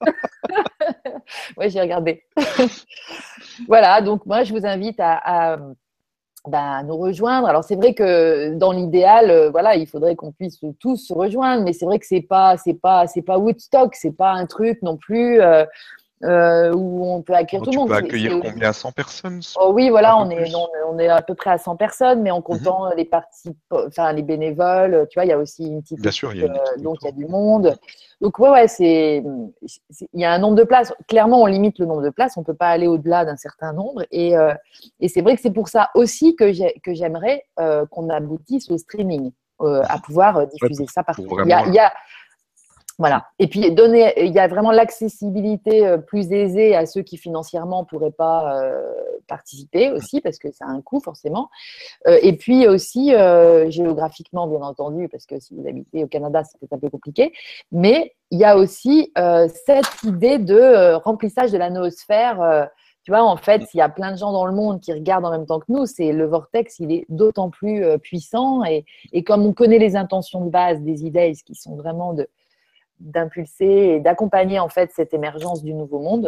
Ouais, j'ai regardé. Voilà, donc moi, je vous invite à, à, ben, nous rejoindre. Alors, c'est vrai que dans l'idéal, euh, voilà, il faudrait qu'on puisse tous se rejoindre, mais c'est vrai que c'est pas, c'est pas, c'est pas Woodstock, c'est pas un truc non plus. Euh, euh, où on peut accueillir Alors, tout le tu monde. peux C'est, c'est accueillir aussi- combien? cent personnes? Oh oui, Un voilà, peu on est, plus? on, on est à peu près à cent personnes, mais en Mhm. comptant les participants, enfin les bénévoles, tu vois, il y a aussi une petite Bien sûr, équipe, il y a euh, une équipe donc il y a autour. du monde. Donc ouais, ouais, c'est, c'est- il y a un nombre de places. Clairement, on limite le nombre de places, on peut pas aller au-delà d'un certain nombre. Et, euh, et c'est vrai que c'est pour ça aussi que j'ai, que j'aimerais euh, qu'on aboutisse au streaming, euh, à pouvoir euh, Ouais, diffuser pour, ça pour partout. Il y a, vraiment. il y a, voilà. Et puis donner, il y a vraiment l'accessibilité euh, plus aisée à ceux qui financièrement ne pourraient pas euh, participer aussi, parce que ça a un coût forcément. Euh, et puis aussi euh, géographiquement, bien entendu, parce que si vous habitez au Canada, c'est peut-être un peu compliqué. Mais il y a aussi euh, cette idée de euh, remplissage de la noosphère. Euh, tu vois, en fait, il y a plein de gens dans le monde qui regardent en même temps que nous. C'est le vortex, il est d'autant plus euh, puissant. Et, et comme on connaît les intentions de base des idées, qui sont vraiment de d'impulser et d'accompagner en fait cette émergence du nouveau monde,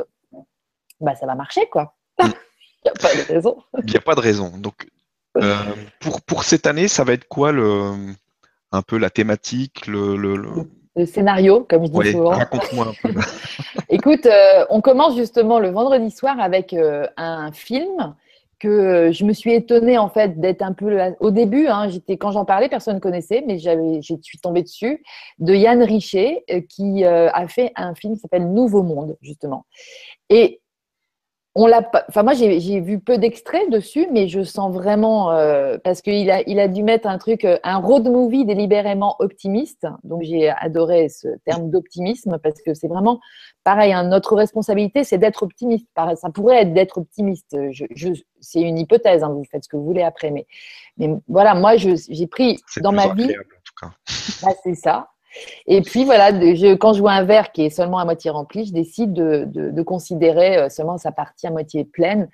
bah ça va marcher quoi. Mm. Il n'y a pas de raison. Il n'y a pas de raison. Donc, euh, pour, pour cette année, ça va être quoi le, un peu la thématique, le, le, le... Le scénario, comme je dis Ouais, souvent. raconte-moi un peu. Écoute, euh, on commence justement le vendredi soir avec euh, un film que je me suis étonnée en fait d'être un peu là- au début. Hein, j'étais quand j'en parlais, personne ne connaissait, mais j'avais, je suis tombée dessus de Yann Richer euh, qui euh, a fait un film qui s'appelle Nouveau Monde justement. Et on l'a pas, enfin moi j'ai j'ai vu peu d'extraits dessus, mais je sens vraiment euh, parce qu'il a il a dû mettre un truc, euh, un road movie délibérément optimiste. Donc j'ai adoré ce terme d'optimisme parce que c'est vraiment pareil. Hein, notre responsabilité c'est d'être optimiste. Pareil, ça pourrait être d'être optimiste. Je, je, c'est une hypothèse. Hein, vous faites ce que vous voulez après, mais mais voilà, moi je, j'ai pris C'est dans plus ma vie, agréable en tout cas. bah, c'est ça. Et puis voilà, de- je, quand je vois un verre qui est seulement à moitié rempli, je décide de, de, de considérer euh, seulement sa partie à moitié pleine.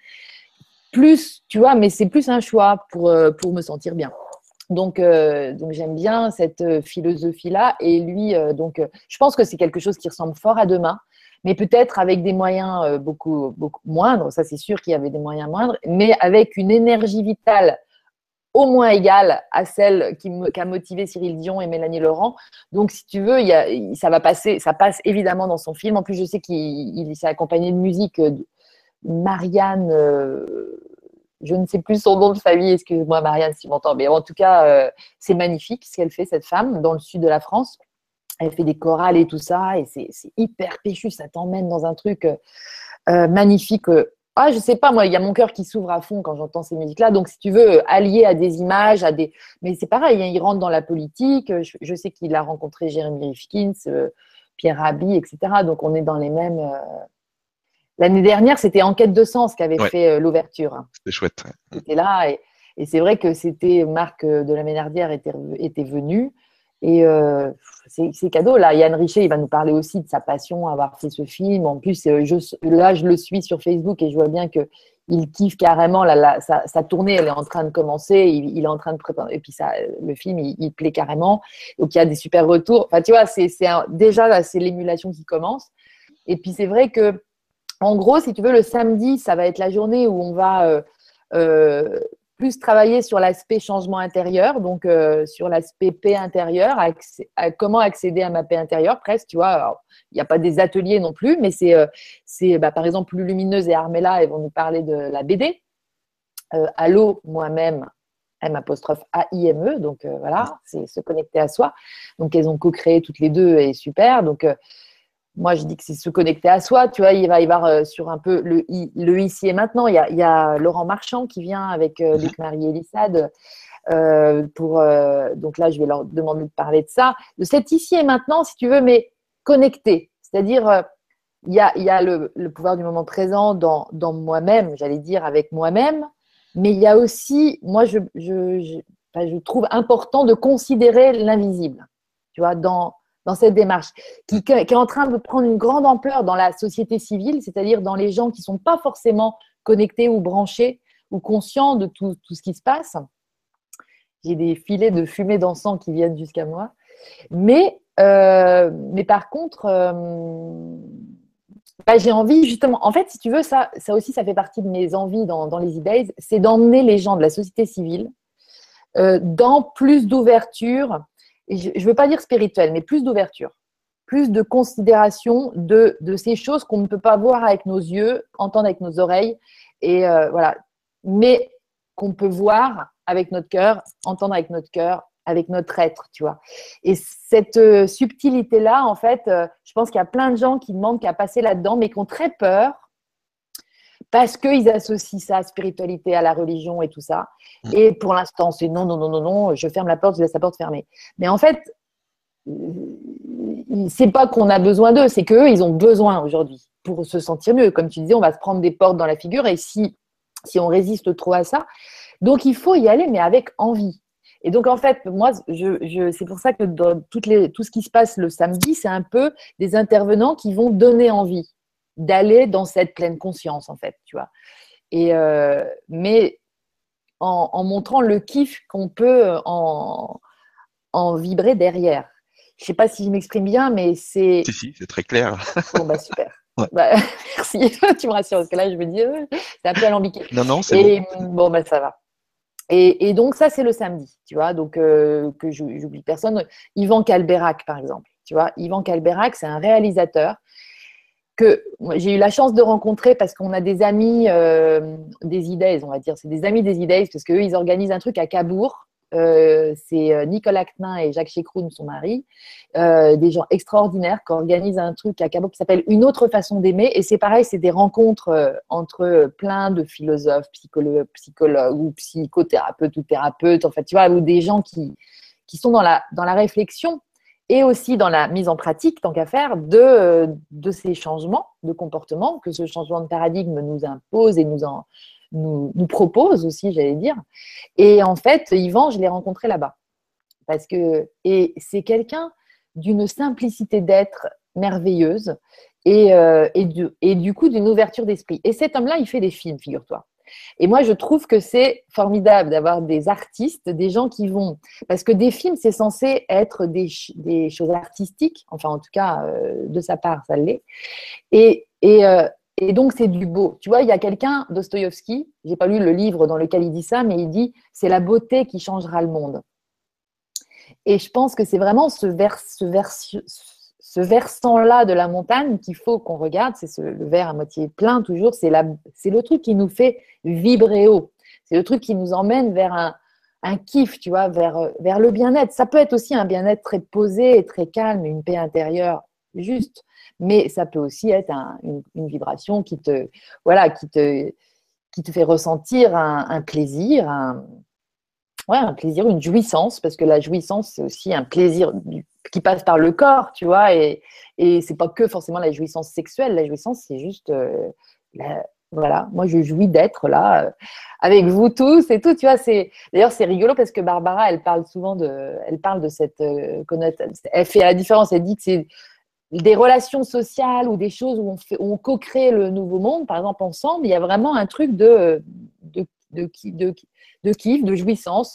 Plus, tu vois, mais c'est plus un choix pour, euh, pour me sentir bien. Donc, euh, donc j'aime bien cette euh, philosophie-là. Et lui, euh, donc, euh, je pense que c'est quelque chose qui ressemble fort à demain, mais peut-être avec des moyens euh, beaucoup, beaucoup moindres. Ça, c'est sûr qu'il y avait des moyens moindres, mais avec une énergie vitale au moins égale à celle qui, me, qui a motivé Cyril Dion et Mélanie Laurent. Donc, si tu veux, il y a, ça va passer, ça passe évidemment dans son film. En plus, je sais qu'il s'est accompagné de musique de Marianne, euh, je ne sais plus son nom de famille, excuse-moi Marianne si tu m'entends, mais en tout cas, euh, c'est magnifique ce qu'elle fait, cette femme, dans le sud de la France. Elle fait des chorales et tout ça, et c'est hyper péchu, ça t'emmène dans un truc euh, magnifique. Euh, ah, je sais pas, moi, il y a mon cœur qui s'ouvre à fond quand j'entends ces musiques-là. Donc, si tu veux, allier à des images, à des. Mais c'est pareil, hein, il rentre dans la politique. Je, je sais qu'il a rencontré Jérémy Rifkin, euh, Pierre Rabhi, et cetera. Donc, on est dans les mêmes. Euh... L'année dernière, c'était Enquête de sens qui avait Ouais, fait euh, l'ouverture. Hein. c'est chouette. Ouais. C'était là. Et, et c'est vrai que c'était Marc de la Ménardière était, était venu. Et euh, c'est cadeau. Là, Yann Richer, il va nous parler aussi de sa passion à avoir fait ce film. En plus, je, là, je le suis sur Facebook et je vois bien que il kiffe carrément. Là, là, sa, sa tournée, elle est en train de commencer. Il, il est en train de préparer. Et puis, ça, le film, il, il plaît carrément. Donc, il y a des super retours. Enfin, tu vois, c'est déjà, c'est l'émulation qui commence. Et puis, c'est vrai que, en gros, si tu veux, le samedi, ça va être la journée où on va euh, euh, plus travailler sur l'aspect changement intérieur, donc euh, sur l'aspect paix intérieure, accès, à comment accéder à ma paix intérieure, presque, tu vois. Il n'y a pas des ateliers non plus, mais c'est, euh, c'est bah, par exemple, Lumineuse et Armella, elles vont nous parler de la B D. Euh, Allô, moi-même, M apostrophe A I M E, donc euh, voilà, c'est se connecter à soi. Donc elles ont co-créé toutes les deux et super. Donc euh, moi, je dis que c'est se connecter à soi. Tu vois, il va y avoir euh, sur un peu le, le ici et maintenant. Il y a, il y a Laurent Marchand qui vient avec euh, Luc-Marie Elissade. Euh, pour, euh, donc là, je vais leur demander de parler de ça. De cet ici et maintenant, si tu veux, mais connecté. C'est-à-dire, euh, il y a, il y a le, le pouvoir du moment présent dans, dans moi-même, j'allais dire avec moi-même. Mais il y a aussi, moi, je, je, je, enfin, je trouve important de considérer l'invisible. Tu vois, dans dans cette démarche, qui, qui est en train de prendre une grande ampleur dans la société civile, c'est-à-dire dans les gens qui ne sont pas forcément connectés ou branchés ou conscients de tout, tout ce qui se passe. J'ai des filets de fumée d'encens qui viennent jusqu'à moi. Mais, euh, mais par contre, euh, bah, j'ai envie justement, en fait, si tu veux, ça, ça aussi, ça fait partie de mes envies dans, dans les e-days, c'est d'emmener les gens de la société civile euh, dans plus d'ouverture. Je ne veux pas dire spirituelle, mais plus d'ouverture, plus de considération de, de ces choses qu'on ne peut pas voir avec nos yeux, entendre avec nos oreilles, et euh, voilà, mais qu'on peut voir avec notre cœur, entendre avec notre cœur, avec notre être, tu vois. Et cette euh, subtilité-là, en fait, euh, je pense qu'il y a plein de gens qui demandent qu'à passer là-dedans, mais qui ont très peur parce qu'ils associent ça à spiritualité, à la religion et tout ça. Et pour l'instant, c'est non, non, non, non, non, je ferme la porte, je laisse la porte fermée. Mais en fait, c'est pas qu'on a besoin d'eux, c'est qu'eux, ils ont besoin aujourd'hui pour se sentir mieux. Comme tu disais, on va se prendre des portes dans la figure et si, si on résiste trop à ça, donc il faut y aller, mais avec envie. Et donc, en fait, moi, je, je, c'est pour ça que dans toutes les, tout ce qui se passe le samedi, c'est un peu des intervenants qui vont donner envie d'aller dans cette pleine conscience, en fait, tu vois. Et, euh, mais en, en montrant le kiff qu'on peut en, en vibrer derrière. Je ne sais pas si je m'exprime bien, mais c'est… Si, si, c'est très clair. Bon, bah super. Ouais. Bah, merci, tu me rassures, parce que là, je me dis, euh, c'est un peu alambiqué. Non, non, c'est Et bon. bon, bah ça va. Et, et donc, ça, c'est le samedi, tu vois, donc euh, que j'oublie personne. Yvan Calberac, par exemple, tu vois, Yvan Calberac, c'est un réalisateur que j'ai eu la chance de rencontrer parce qu'on a des amis euh, des Idées, on va dire, c'est des amis des Idées, parce qu'eux, ils organisent un truc à Cabourg. Euh, c'est Nicolas Knin et Jacques Chekroun, son mari, euh, des gens extraordinaires qui organisent un truc à Cabourg qui s'appelle Une autre façon d'aimer. Et c'est pareil, c'est des rencontres euh, entre plein de philosophes, psychologues, psychologues ou psychothérapeutes ou thérapeutes, en fait, tu vois, ou des gens qui, qui sont dans la, dans la réflexion et aussi dans la mise en pratique, tant qu'à faire, de, de ces changements de comportement que ce changement de paradigme nous impose et nous, en, nous, nous propose aussi, j'allais dire. Et en fait, Yvan, je l'ai rencontré là-bas. Parce que, et c'est quelqu'un d'une simplicité d'être merveilleuse et, euh, et, du, et du coup d'une ouverture d'esprit. Et cet homme-là, il fait des films, figure-toi. Et moi, je trouve que c'est formidable d'avoir des artistes, des gens qui vont… Parce que des films, c'est censé être des, des choses artistiques, enfin en tout cas, euh, de sa part, ça l'est. Et, et, euh, et donc, c'est du beau. Tu vois, il y a quelqu'un, Dostoïevski, je n'ai pas lu le livre dans lequel il dit ça, mais il dit « c'est la beauté qui changera le monde ». Et je pense que c'est vraiment ce, vers, ce, vers, ce versant-là de la montagne qu'il faut qu'on regarde. C'est ce, le verre à moitié plein toujours. C'est, la, c'est le truc qui nous fait vibrer haut. C'est le truc qui nous emmène vers un, un kiff, tu vois, vers, vers le bien-être. Ça peut être aussi un bien-être très posé et très calme, une paix intérieure juste. Mais ça peut aussi être un, une, une vibration qui te, voilà, qui te, qui te fait ressentir un, un plaisir, un… Ouais, un plaisir, une jouissance, parce que la jouissance, c'est aussi un plaisir qui passe par le corps, tu vois, et, et c'est pas que forcément la jouissance sexuelle. La jouissance, c'est juste, euh, la, voilà, moi je jouis d'être là, euh, avec vous tous et tout, tu vois. C'est, d'ailleurs, c'est rigolo parce que Barbara, elle parle souvent de, elle parle de cette euh, connotation, elle fait la différence, elle dit que c'est des relations sociales ou des choses où on, fait, où on co-crée le nouveau monde, par exemple, ensemble, il y a vraiment un truc de, de, de, de, de kiff, de jouissance.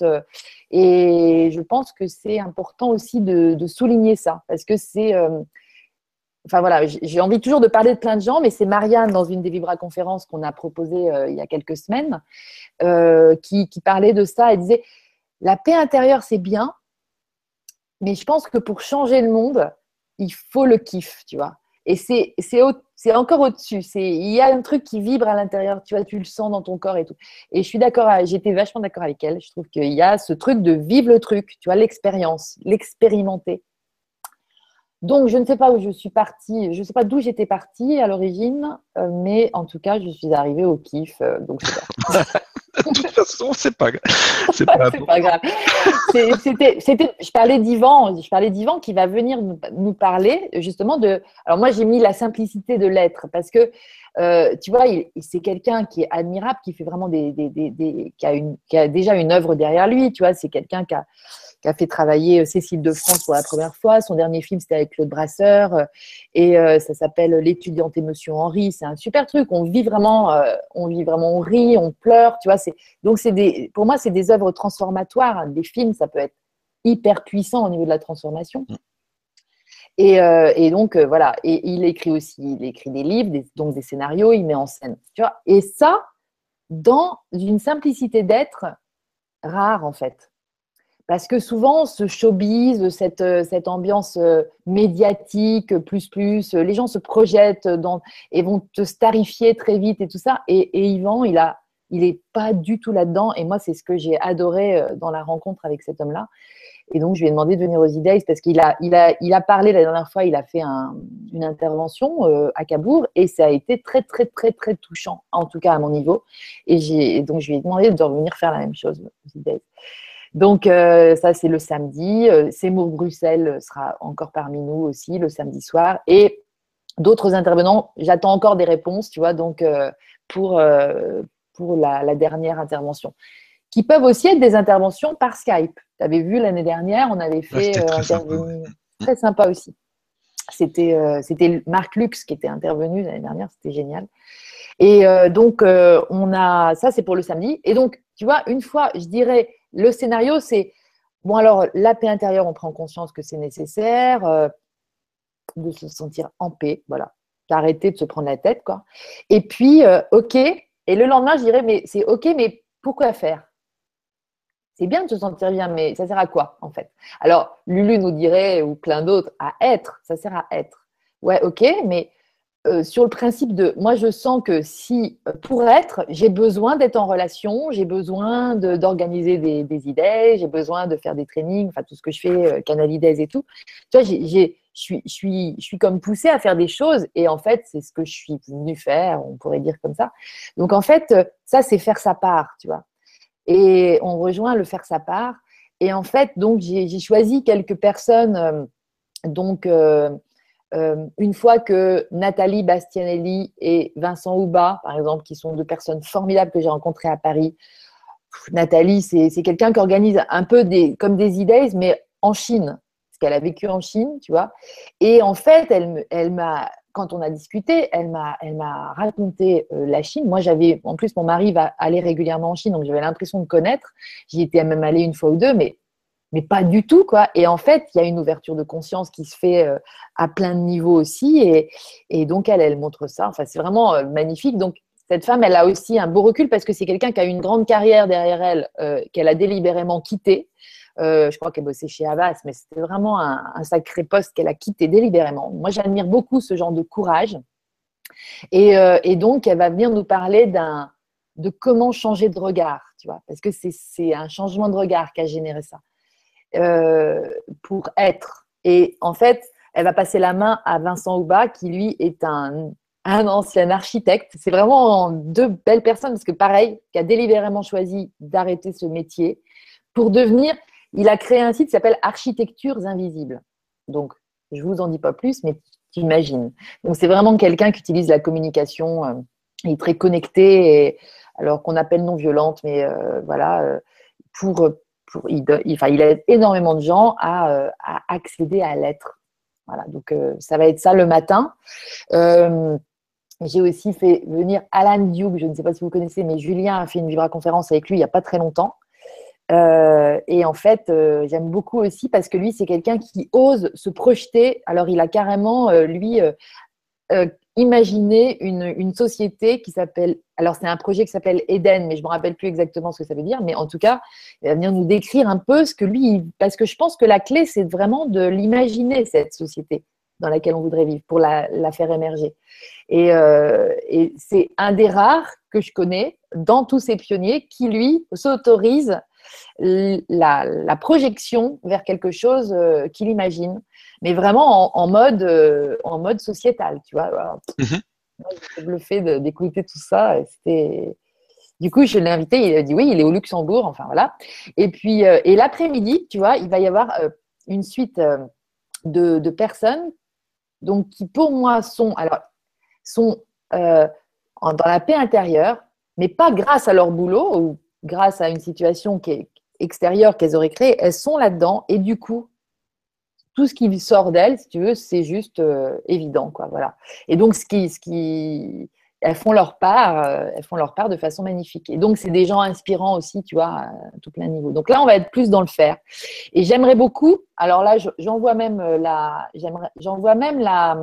Et je pense que c'est important aussi de, de souligner ça, parce que c'est… Euh, enfin voilà, j'ai envie toujours de parler de plein de gens, mais c'est Marianne, dans une des Vibra-conférences qu'on a proposées euh, il y a quelques semaines, euh, qui, qui parlait de ça. Elle disait, la paix intérieure, c'est bien, mais je pense que pour changer le monde, il faut le kiff, tu vois. Et c'est, c'est, au, c'est encore au-dessus. C'est, il y a un truc qui vibre à l'intérieur, tu vois, tu le sens dans ton corps et tout. Et je suis d'accord, j'étais vachement d'accord avec elle. Je trouve qu'il y a ce truc de vivre le truc, tu vois, l'expérience, l'expérimenter. Donc, je ne sais pas où je suis partie, je ne sais pas d'où j'étais partie à l'origine, euh, mais en tout cas, je suis arrivée au kiff. Euh, donc, c'est ça. De toute façon, c'est pas, c'est pas, c'est pas grave. C'est, c'était, c'était, je parlais d'Yvan, je parlais d'Yvan qui va venir nous, nous parler justement de. Alors moi, j'ai mis la simplicité de l'être parce que euh, tu vois, il, c'est quelqu'un qui est admirable, qui fait vraiment des, des, des, des qui a une, qui a déjà une œuvre derrière lui. Tu vois, c'est quelqu'un qui a qui a fait travailler Cécile de France pour la première fois. Son dernier film, c'était avec Claude Brasseur, et euh, ça s'appelle L'étudiante et Monsieur Henri. C'est un super truc. On vit vraiment, euh, on vit vraiment, on rit, on pleure, tu vois. C'est, donc, c'est des, pour moi, c'est des œuvres transformatoires. Des films, ça peut être hyper puissant au niveau de la transformation. Et, euh, et donc, euh, voilà. Et il écrit aussi, il écrit des livres, des, donc des scénarios, il met en scène, tu vois. Et ça, dans une simplicité d'être rare, en fait. Parce que souvent, ce showbiz, cette, cette ambiance euh, médiatique, plus, plus, les gens se projettent dans, et vont te starifier très vite et tout ça. Et, et Yvan, il a, il est pas du tout là-dedans. Et moi, c'est ce que j'ai adoré euh, dans la rencontre avec cet homme-là. Et donc, je lui ai demandé de venir aux E-Days parce qu'il a, il a, il a parlé la dernière fois, il a fait un, une intervention euh, à Cabourg et ça a été très, très, très, très touchant, en tout cas à mon niveau. Et, j'ai, et donc, je lui ai demandé de revenir faire la même chose aux E-Days. Donc, euh, ça, c'est le samedi. Euh, Seymour Bruxelles sera encore parmi nous aussi le samedi soir. Et d'autres intervenants, j'attends encore des réponses, tu vois, donc euh, pour, euh, pour la, la dernière intervention, qui peuvent aussi être des interventions par Skype. Tu avais vu l'année dernière, on avait Ouais, fait c'était euh, très sympa. intervenir, Ouais. très sympa aussi. C'était euh, c'était Marc Lux qui était intervenu l'année dernière, c'était génial. Et euh, donc, euh, on a ça, c'est pour le samedi. Et donc, tu vois, une fois, je dirais, le scénario, c'est bon, alors, la paix intérieure, on prend conscience que c'est nécessaire, euh, de se sentir en paix, voilà, d'arrêter de se prendre la tête, quoi. Et puis, euh, OK. Et le lendemain, je dirais, mais c'est OK, mais pourquoi faire? C'est bien de se sentir bien, mais ça sert à quoi, en fait? Alors, Lulu nous dirait, ou plein d'autres, à être, ça sert à être. Ouais, OK, mais euh, sur le principe de, moi, je sens que si, euh, pour être, j'ai besoin d'être en relation, j'ai besoin de, d'organiser des, des idées, j'ai besoin de faire des trainings, enfin, tout ce que je fais, euh, Canalides et tout. Tu vois, j'ai, j'ai, je suis, je suis, je suis comme poussée à faire des choses et en fait, c'est ce que je suis venue faire, on pourrait dire comme ça. Donc, en fait, euh, ça, c'est faire sa part, tu vois. Et on rejoint le faire sa part. Et en fait, donc, j'ai, j'ai choisi quelques personnes, euh, donc, euh, euh, une fois que Nathalie Bastianelli et Vincent Houba, par exemple, qui sont deux personnes formidables que j'ai rencontrées à Paris. Pff, Nathalie, c'est, c'est quelqu'un qui organise un peu des, comme des E-Days, mais en Chine, parce qu'elle a vécu en Chine, tu vois. Et en fait, elle, elle m'a, quand on a discuté, elle m'a, elle m'a raconté euh, la Chine. Moi, j'avais, en plus, mon mari va aller régulièrement en Chine, donc j'avais l'impression de connaître. J'y étais même allée une fois ou deux, mais mais pas du tout, quoi. Et en fait, il y a une ouverture de conscience qui se fait euh, à plein de niveaux aussi. Et, et donc, elle, elle montre ça. Enfin, c'est vraiment euh, magnifique. Donc, cette femme, elle a aussi un beau recul parce que c'est quelqu'un qui a une grande carrière derrière elle, euh, qu'elle a délibérément quittée. Euh, je crois qu'elle bossait chez Havas, mais c'était vraiment un, un sacré poste qu'elle a quitté délibérément. Moi, j'admire beaucoup ce genre de courage. Et, euh, et donc, elle va venir nous parler d'un, de comment changer de regard, tu vois, parce que c'est, c'est un changement de regard qui a généré ça. Euh, pour être. Et en fait, elle va passer la main à Vincent Houba, qui lui est un, un ancien architecte. C'est vraiment deux belles personnes, parce que pareil, qui a délibérément choisi d'arrêter ce métier pour devenir, il a créé un site qui s'appelle Architectures Invisibles. Donc, je ne vous en dis pas plus, mais tu imagines. Donc, c'est vraiment quelqu'un qui utilise la communication, euh, il est très connecté, et, alors qu'on appelle non violente, mais euh, voilà, euh, pour pour, il, il, enfin, il aide énormément de gens à, euh, à accéder à l'être. Voilà, donc euh, ça va être ça le matin. Euh, j'ai aussi fait venir Alan Duke, je ne sais pas si vous connaissez, mais Julien a fait une vibra-conférence avec lui il n'y a pas très longtemps. Euh, et en fait, euh, j'aime beaucoup aussi parce que lui, c'est quelqu'un qui ose se projeter. Alors, il a carrément, euh, lui, euh, euh, imaginer une, une société qui s'appelle, alors c'est un projet qui s'appelle Eden, mais je ne me rappelle plus exactement ce que ça veut dire, mais en tout cas, il va venir nous décrire un peu ce que lui, parce que je pense que la clé, c'est vraiment de l'imaginer, cette société dans laquelle on voudrait vivre, pour la, la faire émerger. Et, euh, et c'est un des rares que je connais dans tous ces pionniers qui, lui, s'autorise la, la projection vers quelque chose euh, qu'il imagine, mais vraiment en, en mode, euh, en mode sociétal, tu vois. Alors, Mhm. moi, j'étais bluffée de- d'écouter tout ça. Et c'était... Du coup, je l'ai invité, il a dit oui, il est au Luxembourg, enfin voilà. Et puis, euh, et l'après-midi, tu vois, il va y avoir euh, une suite euh, de, de personnes donc, qui, pour moi, sont, alors, sont euh, en- dans la paix intérieure, mais pas grâce à leur boulot ou grâce à une situation qui est extérieure qu'elles auraient créée, elles sont là-dedans et du coup, tout ce qui sort d'elles, si tu veux, c'est juste euh, évident, quoi, voilà. Et donc, ce qui, ce qui, elles font leur part, euh, elles font leur part de façon magnifique. Et donc, c'est des gens inspirants aussi, tu vois, à tout plein niveau. Donc là, on va être plus dans le faire. Et j'aimerais beaucoup. Alors là, j'en vois même la, j'aimerais, j'en vois même la,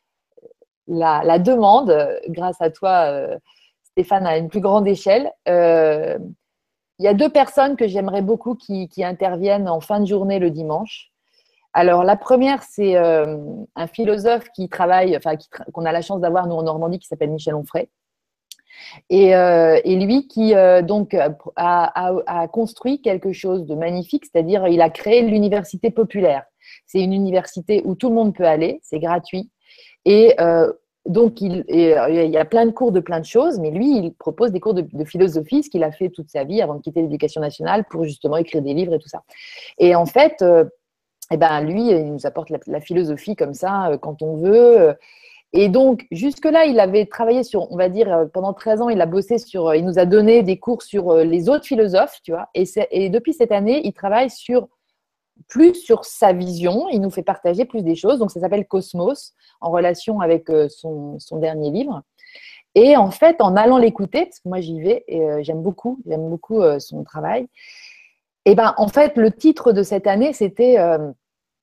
la, la demande, euh, grâce à toi, euh, Stéphane, à une plus grande échelle. Euh, il y a deux personnes que j'aimerais beaucoup qui, qui interviennent en fin de journée le dimanche. Alors, la première, c'est euh, un philosophe qui travaille, enfin, qui tra- qu'on a la chance d'avoir, nous, en Normandie, qui s'appelle Michel Onfray. Et, euh, et lui qui euh, donc a, a- a construit quelque chose de magnifique, c'est-à-dire il a créé l'université populaire. C'est une université où tout le monde peut aller, c'est gratuit. Et euh, donc, il, et, euh, il y a plein de cours de plein de choses, mais lui, il propose des cours de, de philosophie, ce qu'il a fait toute sa vie avant de quitter l'éducation nationale pour justement écrire des livres et tout ça. Et en fait, euh, eh ben, lui, il nous apporte la, la philosophie comme ça, euh, quand on veut. euh, et donc, jusque-là, il avait travaillé sur, on va dire, euh, pendant treize ans, il a bossé sur, euh, il nous a donné des cours sur euh, les autres philosophes, tu vois. Et, c'est- et depuis cette année, il travaille sur, plus sur sa vision, il nous fait partager plus des choses. Donc, ça s'appelle Cosmos, en relation avec euh, son, son dernier livre. Et en fait, en allant l'écouter, parce que moi j'y vais et euh, j'aime beaucoup, j'aime beaucoup euh, son travail. Et ben, en fait, le titre de cette année, c'était euh,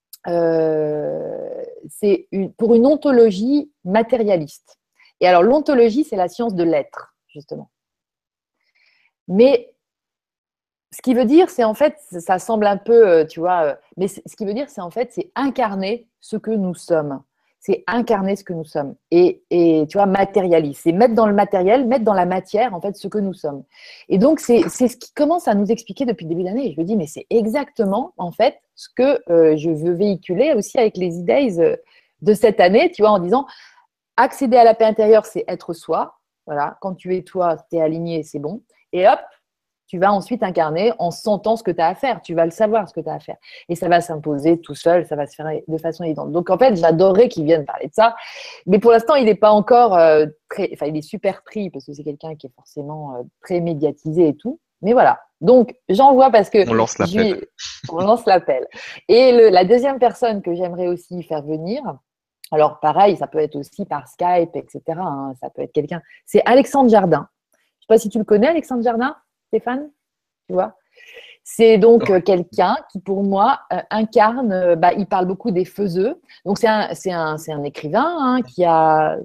euh, c'est une- pour une ontologie matérialiste. Et alors, l'ontologie, c'est la science de l'être, justement. Mais ce qui veut dire, c'est en fait, ça semble un peu, euh, tu vois, euh, mais c- ce qui veut dire, c'est en fait, c'est incarner ce que nous sommes. C'est incarner ce que nous sommes. Et, et tu vois, matérialiste, c'est mettre dans le matériel, mettre dans la matière, en fait, ce que nous sommes. Et donc, c'est c'est ce qui commence à nous expliquer depuis le début de l'année. Et je me dis, mais c'est exactement, en fait, ce que euh, je veux véhiculer aussi avec les idées euh, de cette année, tu vois, en disant, accéder à la paix intérieure, c'est être soi. Voilà, quand tu es toi, tu es aligné, c'est bon. Et hop, tu vas ensuite incarner en sentant ce que tu as à faire. Tu vas le savoir, ce que tu as à faire. Et ça va s'imposer tout seul, ça va se faire de façon évidente. Donc, en fait, j'adorerais qu'il vienne parler de ça. Mais pour l'instant, il n'est pas encore euh, très. Enfin, il est super pris parce que c'est quelqu'un qui est forcément euh, très médiatisé et tout. Mais voilà. Donc, j'envoie parce que On lance je l'appel. lui- on lance l'appel. Et le- la deuxième personne que j'aimerais aussi faire venir, alors pareil, ça peut être aussi par Skype, et cetera, hein, ça peut être quelqu'un. C'est Alexandre Jardin. Je ne sais pas si tu le connais, Alexandre Jardin, Stéphane, tu vois. C'est donc euh, quelqu'un qui, pour moi, euh, incarne, euh, bah, il parle beaucoup des faiseux. Donc, c'est un, c'est un, c'est un écrivain hein, qui, a,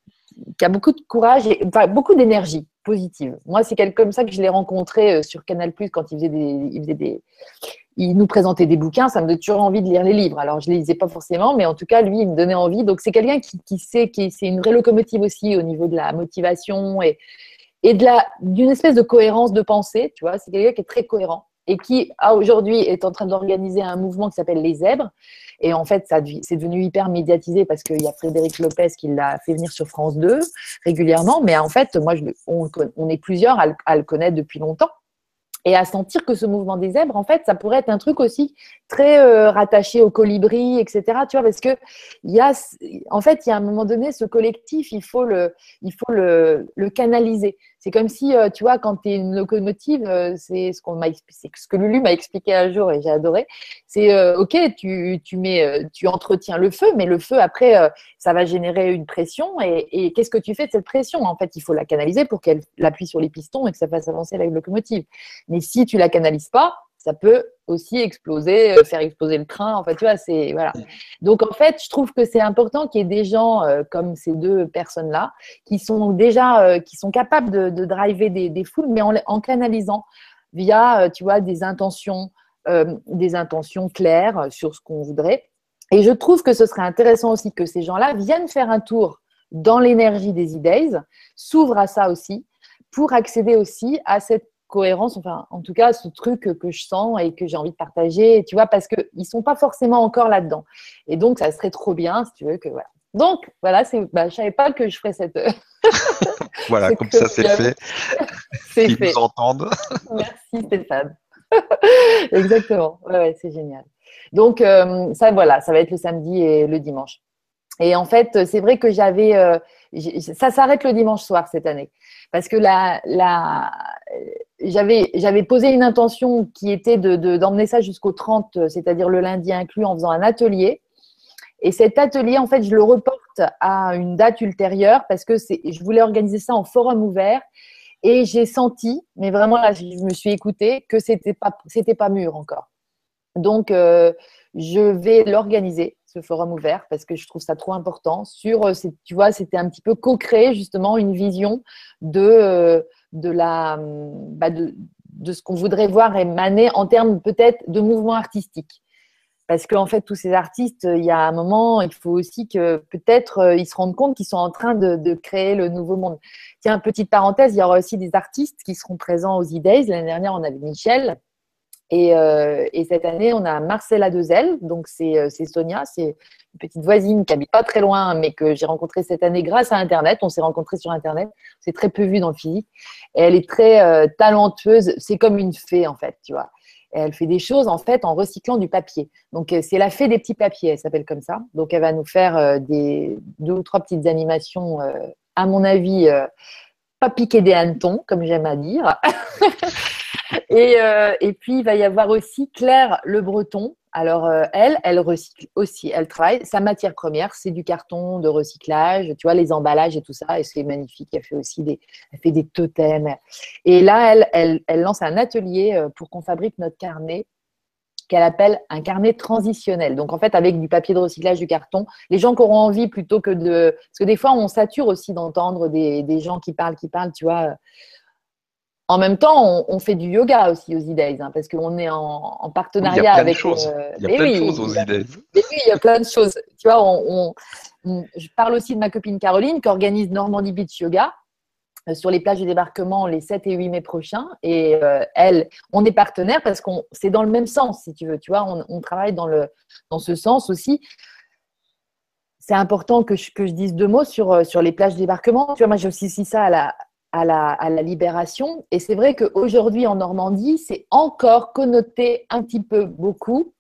qui a beaucoup de courage et enfin, beaucoup d'énergie positive. Moi, c'est quelqu'un comme ça que je l'ai rencontré euh, sur Canal+, quand il faisait des, il faisait des, il nous présentait des bouquins, ça me donnait toujours envie de lire les livres. Alors, je ne les lisais pas forcément, mais en tout cas, lui, il me donnait envie. Donc, c'est quelqu'un qui, qui sait, qui, c'est une vraie locomotive aussi au niveau de la motivation et, et de la, d'une espèce de cohérence de pensée, tu vois. C'est quelqu'un qui est très cohérent et qui, ah, aujourd'hui, est en train d'organiser un mouvement qui s'appelle Les Zèbres. Et en fait, ça, c'est devenu hyper médiatisé parce qu'il y a Frédéric Lopez qui l'a fait venir sur France deux régulièrement. Mais en fait, moi, je, on, on est plusieurs à le, à le connaître depuis longtemps et à sentir que ce mouvement des zèbres, en fait, ça pourrait être un truc aussi très euh, rattaché au colibri, et cetera. Tu vois, parce que il y a, en fait, il y a un moment donné, ce collectif, il faut le, il faut le, le canaliser. C'est comme si, euh, tu vois, quand tu es une locomotive, euh, c'est ce qu'on m'a, c'est ce que Lulu m'a expliqué un jour et j'ai adoré. C'est euh, ok, tu, tu mets, euh, tu entretiens le feu, mais le feu après, euh, ça va générer une pression. Et, et qu'est-ce que tu fais de cette pression? En fait, il faut la canaliser pour qu'elle appuie sur les pistons et que ça fasse avancer la locomotive. Mais si tu la canalises pas, ça peut aussi exploser, euh, faire exploser le train. En fait, tu vois, c'est voilà. Donc en fait, je trouve que c'est important qu'il y ait des gens euh, comme ces deux personnes-là qui sont déjà, euh, qui sont capables de, de driver des, des foules, mais en, en canalisant via, euh, tu vois, des intentions, euh, des intentions claires sur ce qu'on voudrait. Et je trouve que ce serait intéressant aussi que ces gens-là viennent faire un tour dans l'énergie des E-Days, s'ouvrent à ça aussi, pour accéder aussi à cette cohérence, enfin, en tout cas, ce truc que je sens et que j'ai envie de partager, tu vois, parce qu'ils ne sont pas forcément encore là-dedans. Et donc, ça serait trop bien, si tu veux, que voilà. Donc, voilà, c'est, bah, je ne savais pas que je ferais cette. Voilà, ce comme ça c'est que fait. c'est Qu'ils nous fait. entendent. Merci Stéphane. Exactement. Ouais, ouais, c'est génial. Donc, euh, ça, voilà, ça va être le samedi et le dimanche. Et en fait, c'est vrai que j'avais. Euh, ça s'arrête le dimanche soir cette année. Parce que la, la, j'avais, j'avais posé une intention qui était de, de, d'emmener ça jusqu'au trente, c'est-à-dire le lundi inclus, en faisant un atelier. Et cet atelier, en fait, je le reporte à une date ultérieure parce que c'est, je voulais organiser ça en forum ouvert. Et j'ai senti, mais vraiment là, je me suis écoutée, que c'était pas, c'était pas mûr encore. Donc, euh, je vais l'organiser, ce forum ouvert, parce que je trouve ça trop important. Sur, euh, tu vois, c'était un petit peu co-créer justement une vision de, euh, de la, bah de, de ce qu'on voudrait voir émaner en termes peut-être de mouvement artistique. Parce qu'en fait, tous ces artistes, il y a un moment, il faut aussi que peut-être euh, ils se rendent compte qu'ils sont en train de, de créer le nouveau monde. Tiens, petite parenthèse, il y aura aussi des artistes qui seront présents aux E-Days. L'année dernière, on avait Michel. Et, euh, et cette année, on a Marcella Dezel. Donc, c'est, euh, c'est Sonia. C'est une petite voisine qui habite pas très loin, mais que j'ai rencontrée cette année grâce à Internet. On s'est rencontrés sur Internet. C'est très peu vu dans le physique. Et elle est très euh, talentueuse. C'est comme une fée, en fait, tu vois. Et elle fait des choses en fait en recyclant du papier. Donc c'est la fée des petits papiers, elle s'appelle comme ça. Donc elle va nous faire euh, des deux ou trois petites animations, euh, à mon avis, euh, pas piquer des hannetons, comme j'aime à dire. et, euh, et puis il va y avoir aussi Claire Le Breton. Alors euh, elle, elle recycle aussi, elle travaille. Sa matière première, c'est du carton de recyclage, tu vois, les emballages et tout ça. Et c'est magnifique. Elle fait aussi des, elle fait des totems. Et là, elle, elle, elle lance un atelier pour qu'on fabrique notre carnet qu'elle appelle un carnet transitionnel. Donc, en fait, avec du papier de recyclage, du carton, les gens qui auront envie plutôt que de… Parce que des fois, on sature aussi d'entendre des, des gens qui parlent, qui parlent, tu vois. En même temps, on, on fait du yoga aussi aux E-Days, hein, parce qu'on est en, en Oui, il y a partenariat plein de avec… choses. Euh, Il y a mais plein de oui, choses aux il y a, idées. mais oui, il y a plein de choses. Tu vois, on, on, je parle aussi de ma copine Caroline qui organise Normandie Beach Yoga sur les plages de débarquement les sept et huit mai prochains. Et euh, elle, on est partenaires parce qu'on c'est dans le même sens, si tu veux. Tu vois, on, on travaille dans, le, dans ce sens aussi. C'est important que je, que je dise deux mots sur, sur les plages de débarquement. Tu vois, moi, j'associe ça à la, à, la, à la libération. Et c'est vrai qu'aujourd'hui, en Normandie, c'est encore connoté un petit peu beaucoup,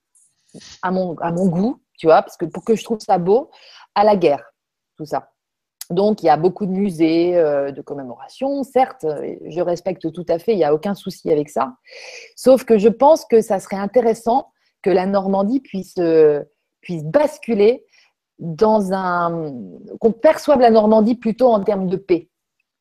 à mon, à mon goût, tu vois, parce que pour que je trouve ça beau, à la guerre, tout ça. Donc, il y a beaucoup de musées, euh, de commémorations, certes, je respecte tout à fait, il n'y a aucun souci avec ça. Sauf que je pense que ça serait intéressant que la Normandie puisse, euh, puisse basculer dans un… qu'on perçoive la Normandie plutôt en termes de paix.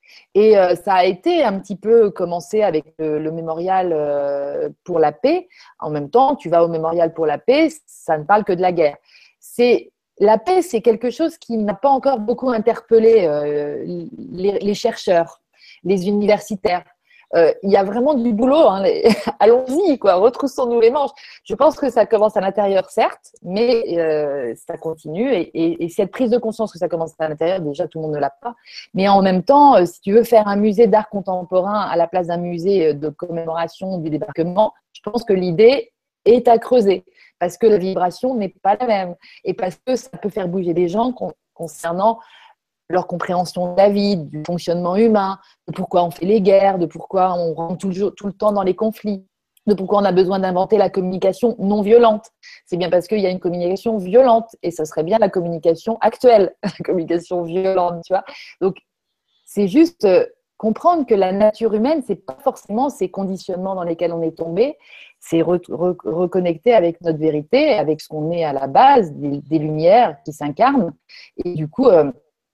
Et euh, ça a été un petit peu commencé avec le, le mémorial euh, pour la paix. En même temps, tu vas au mémorial pour la paix, ça ne parle que de la guerre. C'est… La paix, c'est quelque chose qui n'a pas encore beaucoup interpellé euh, les, les chercheurs, les universitaires. Euh, il y a vraiment du boulot. Hein, les… Allons-y, quoi, retroussons-nous les manches. Je pense que ça commence à l'intérieur, certes, mais euh, ça continue. Et, et, et cette prise de conscience que ça commence à l'intérieur, déjà, tout le monde ne l'a pas. Mais en même temps, euh, si tu veux faire un musée d'art contemporain à la place d'un musée de commémoration du débarquement, je pense que l'idée est à creuser parce que la vibration n'est pas la même et parce que ça peut faire bouger les gens con- concernant leur compréhension de la vie, du fonctionnement humain, de pourquoi on fait les guerres, de pourquoi on rentre tout le, jour, tout le temps dans les conflits, de pourquoi on a besoin d'inventer la communication non violente. C'est bien parce qu'il y a une communication violente et ça serait bien la communication actuelle, la communication violente, tu vois. Donc, c'est juste euh, comprendre que la nature humaine, c'est pas forcément ces conditionnements dans lesquels on est tombé, c'est re- re- reconnecter avec notre vérité, avec ce qu'on est à la base, des, des lumières qui s'incarnent, et du coup, euh,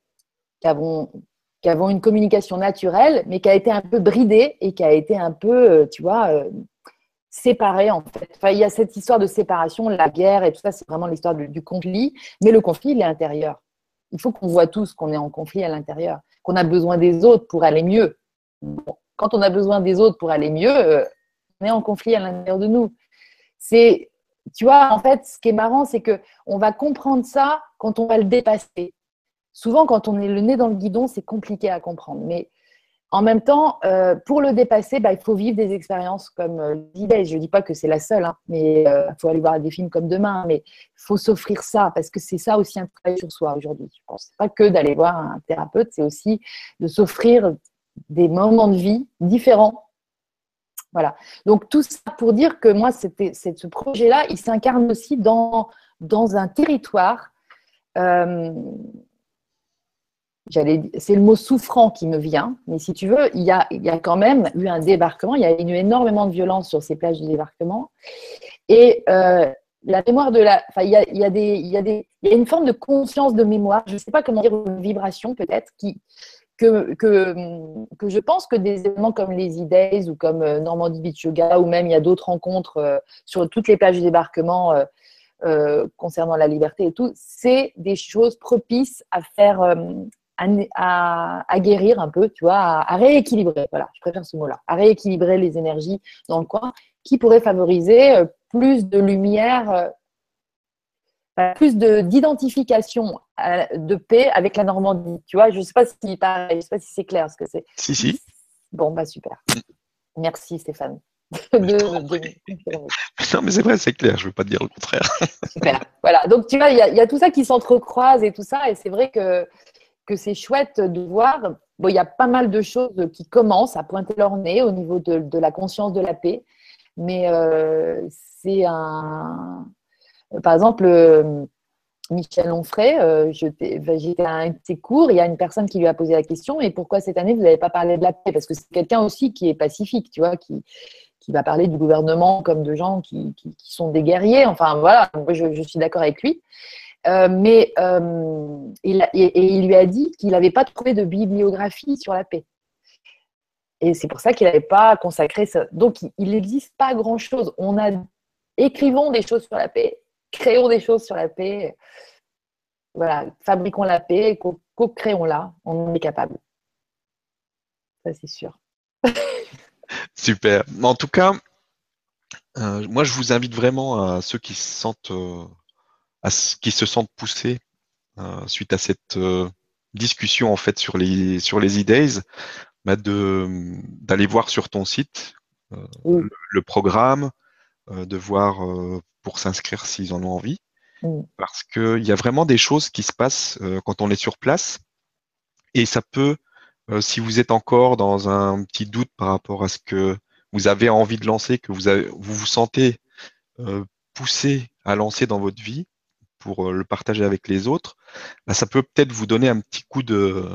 qui avons, qui avons une communication naturelle, mais qui a été un peu bridée et qui a été un peu, euh, tu vois, euh, séparée en fait. Enfin, il y a cette histoire de séparation, la guerre et tout ça, c'est vraiment l'histoire du, du conflit, mais le conflit, il est intérieur. Il faut qu'on voit tous qu'on est en conflit à l'intérieur, qu'on a besoin des autres pour aller mieux. Bon, quand on a besoin des autres pour aller mieux, euh, on est en conflit à l'intérieur de nous. C'est, tu vois, en fait, ce qui est marrant, c'est qu'on va comprendre ça quand on va le dépasser. Souvent, quand on est le nez dans le guidon, c'est compliqué à comprendre. Mais en même temps, euh, pour le dépasser, bah, il faut vivre des expériences comme euh, l'idée. Je ne dis pas que c'est la seule, hein, mais il euh, faut aller voir des films comme Demain. Mais il faut s'offrir ça, parce que c'est ça aussi un travail sur soi aujourd'hui. Je pense. C'est pas que d'aller voir un thérapeute, c'est aussi de s'offrir des moments de vie différents. Voilà. Donc, tout ça pour dire que moi, c'était, c'est, ce projet-là, il s'incarne aussi dans, dans un territoire… Euh, J'allais, c'est le mot souffrant qui me vient, mais si tu veux, il y a, il y a quand même eu un débarquement, il y a eu énormément de violence sur ces plages de débarquement, et euh, la mémoire de la, enfin, il y a, il y a des, il y a des, il y a une forme de conscience de mémoire, je ne sais pas comment dire, une vibration peut-être, qui, que, que, que je pense que des événements comme les E-Days ou comme Normandie Beach Yoga, ou même il y a d'autres rencontres euh, sur toutes les plages de débarquement euh, euh, concernant la liberté et tout, c'est des choses propices à faire… Euh, à, à, à guérir un peu, tu vois, à, à rééquilibrer, voilà, je préfère ce mot-là, à rééquilibrer les énergies dans le coin qui pourraient favoriser euh, plus de lumière, euh, plus de, d'identification euh, de paix avec la Normandie. Tu vois, je ne sais pas si pareil, je sais pas si c'est clair ce que c'est. Si, si. Bon, bah super. Merci Stéphane. Je de, de... de... Non, mais c'est vrai, c'est clair, je ne veux pas te dire le contraire. Super. Voilà, donc tu vois, il y, y a tout ça qui s'entrecroise et tout ça, et c'est vrai que, que c'est chouette de voir. Bon, il y a pas mal de choses qui commencent à pointer leur nez au niveau de, de la conscience de la paix, mais euh, c'est un. Par exemple, euh, Michel Onfray, euh, j'étais à un de ses cours, il y a une personne qui lui a posé la question, et pourquoi cette année vous n'avez pas parlé de la paix? Parce que c'est quelqu'un aussi qui est pacifique, tu vois, qui, qui va parler du gouvernement comme de gens qui, qui, qui sont des guerriers. Enfin, voilà, je, je suis d'accord avec lui. Euh, mais euh, il a, et, et il lui a dit qu'il n'avait pas trouvé de bibliographie sur la paix. Et c'est pour ça qu'il n'avait pas consacré ça. Donc, il n'existe pas grand-chose. On a écrivons des choses sur la paix, créons des choses sur la paix. Voilà, fabriquons la paix, co-créons-la. On en est capable. Ça, c'est sûr. Super. En tout cas, euh, moi, je vous invite vraiment à ceux qui se sentent, euh, à, qui se sentent poussés euh, suite à cette euh, discussion en fait sur les sur les e-days, bah, de d'aller voir sur ton site euh, Oui. le, le programme, euh, de voir euh, pour s'inscrire s'ils en ont envie, Mm. parce que il y a vraiment des choses qui se passent euh, quand on est sur place, et ça peut, euh, si vous êtes encore dans un petit doute par rapport à ce que vous avez envie de lancer, que vous avez, vous vous sentez euh, poussé à lancer dans votre vie pour euh, le partager avec les autres, bah, ça peut peut-être vous donner un petit coup de,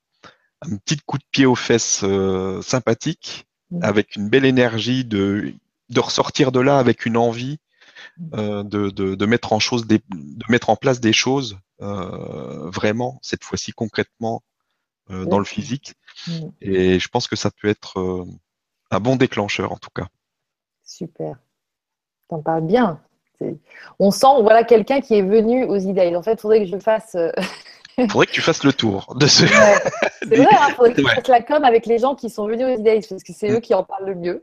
un petit coup de pied aux fesses euh, sympathique, Mm. avec une belle énergie de, de ressortir de là avec une envie euh, de, de, de mettre en chose des, de mettre en place des choses euh, vraiment cette fois-ci concrètement euh, dans le physique. Mm. Et je pense que ça peut être euh, un bon déclencheur en tout cas. Super. T'en parles bien. C'est... On sent, voilà, quelqu'un qui est venu aux idées. En fait, il faudrait que je fasse. Euh... Faudrait que tu fasses le tour de ce. Ouais. C'est des... vrai, il hein, faudrait que je ouais. fasse la com avec les gens qui sont venus aux idées, parce que c'est eux qui en parlent le mieux.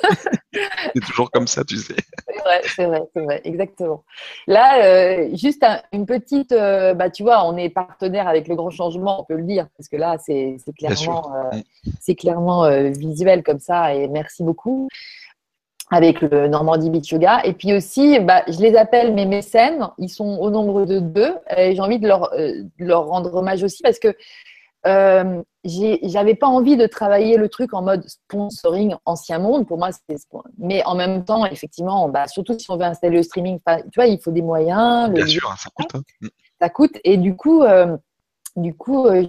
C'est toujours comme ça, tu sais. C'est vrai, c'est vrai, c'est vrai, exactement. Là, euh, juste un, une petite, euh, bah, tu vois, on est partenaire avec le Grand Changement, on peut le dire, parce que là, c'est, c'est clairement, euh, c'est clairement euh, visuel comme ça, et merci beaucoup. Avec le Normandie Beach Yoga. Et puis aussi, bah, je les appelle mes mécènes. Ils sont au nombre de deux. Et j'ai envie de leur, euh, de leur rendre hommage aussi parce que euh, j'ai, j'avais pas envie de travailler le truc en mode sponsoring ancien monde. Pour moi, c'est, mais en même temps, effectivement, bah, surtout si on veut installer le streaming, tu vois, il faut des moyens. Bien Le, sûr, ça coûte. Hein. Ça coûte. Et du coup, euh, du coup, euh,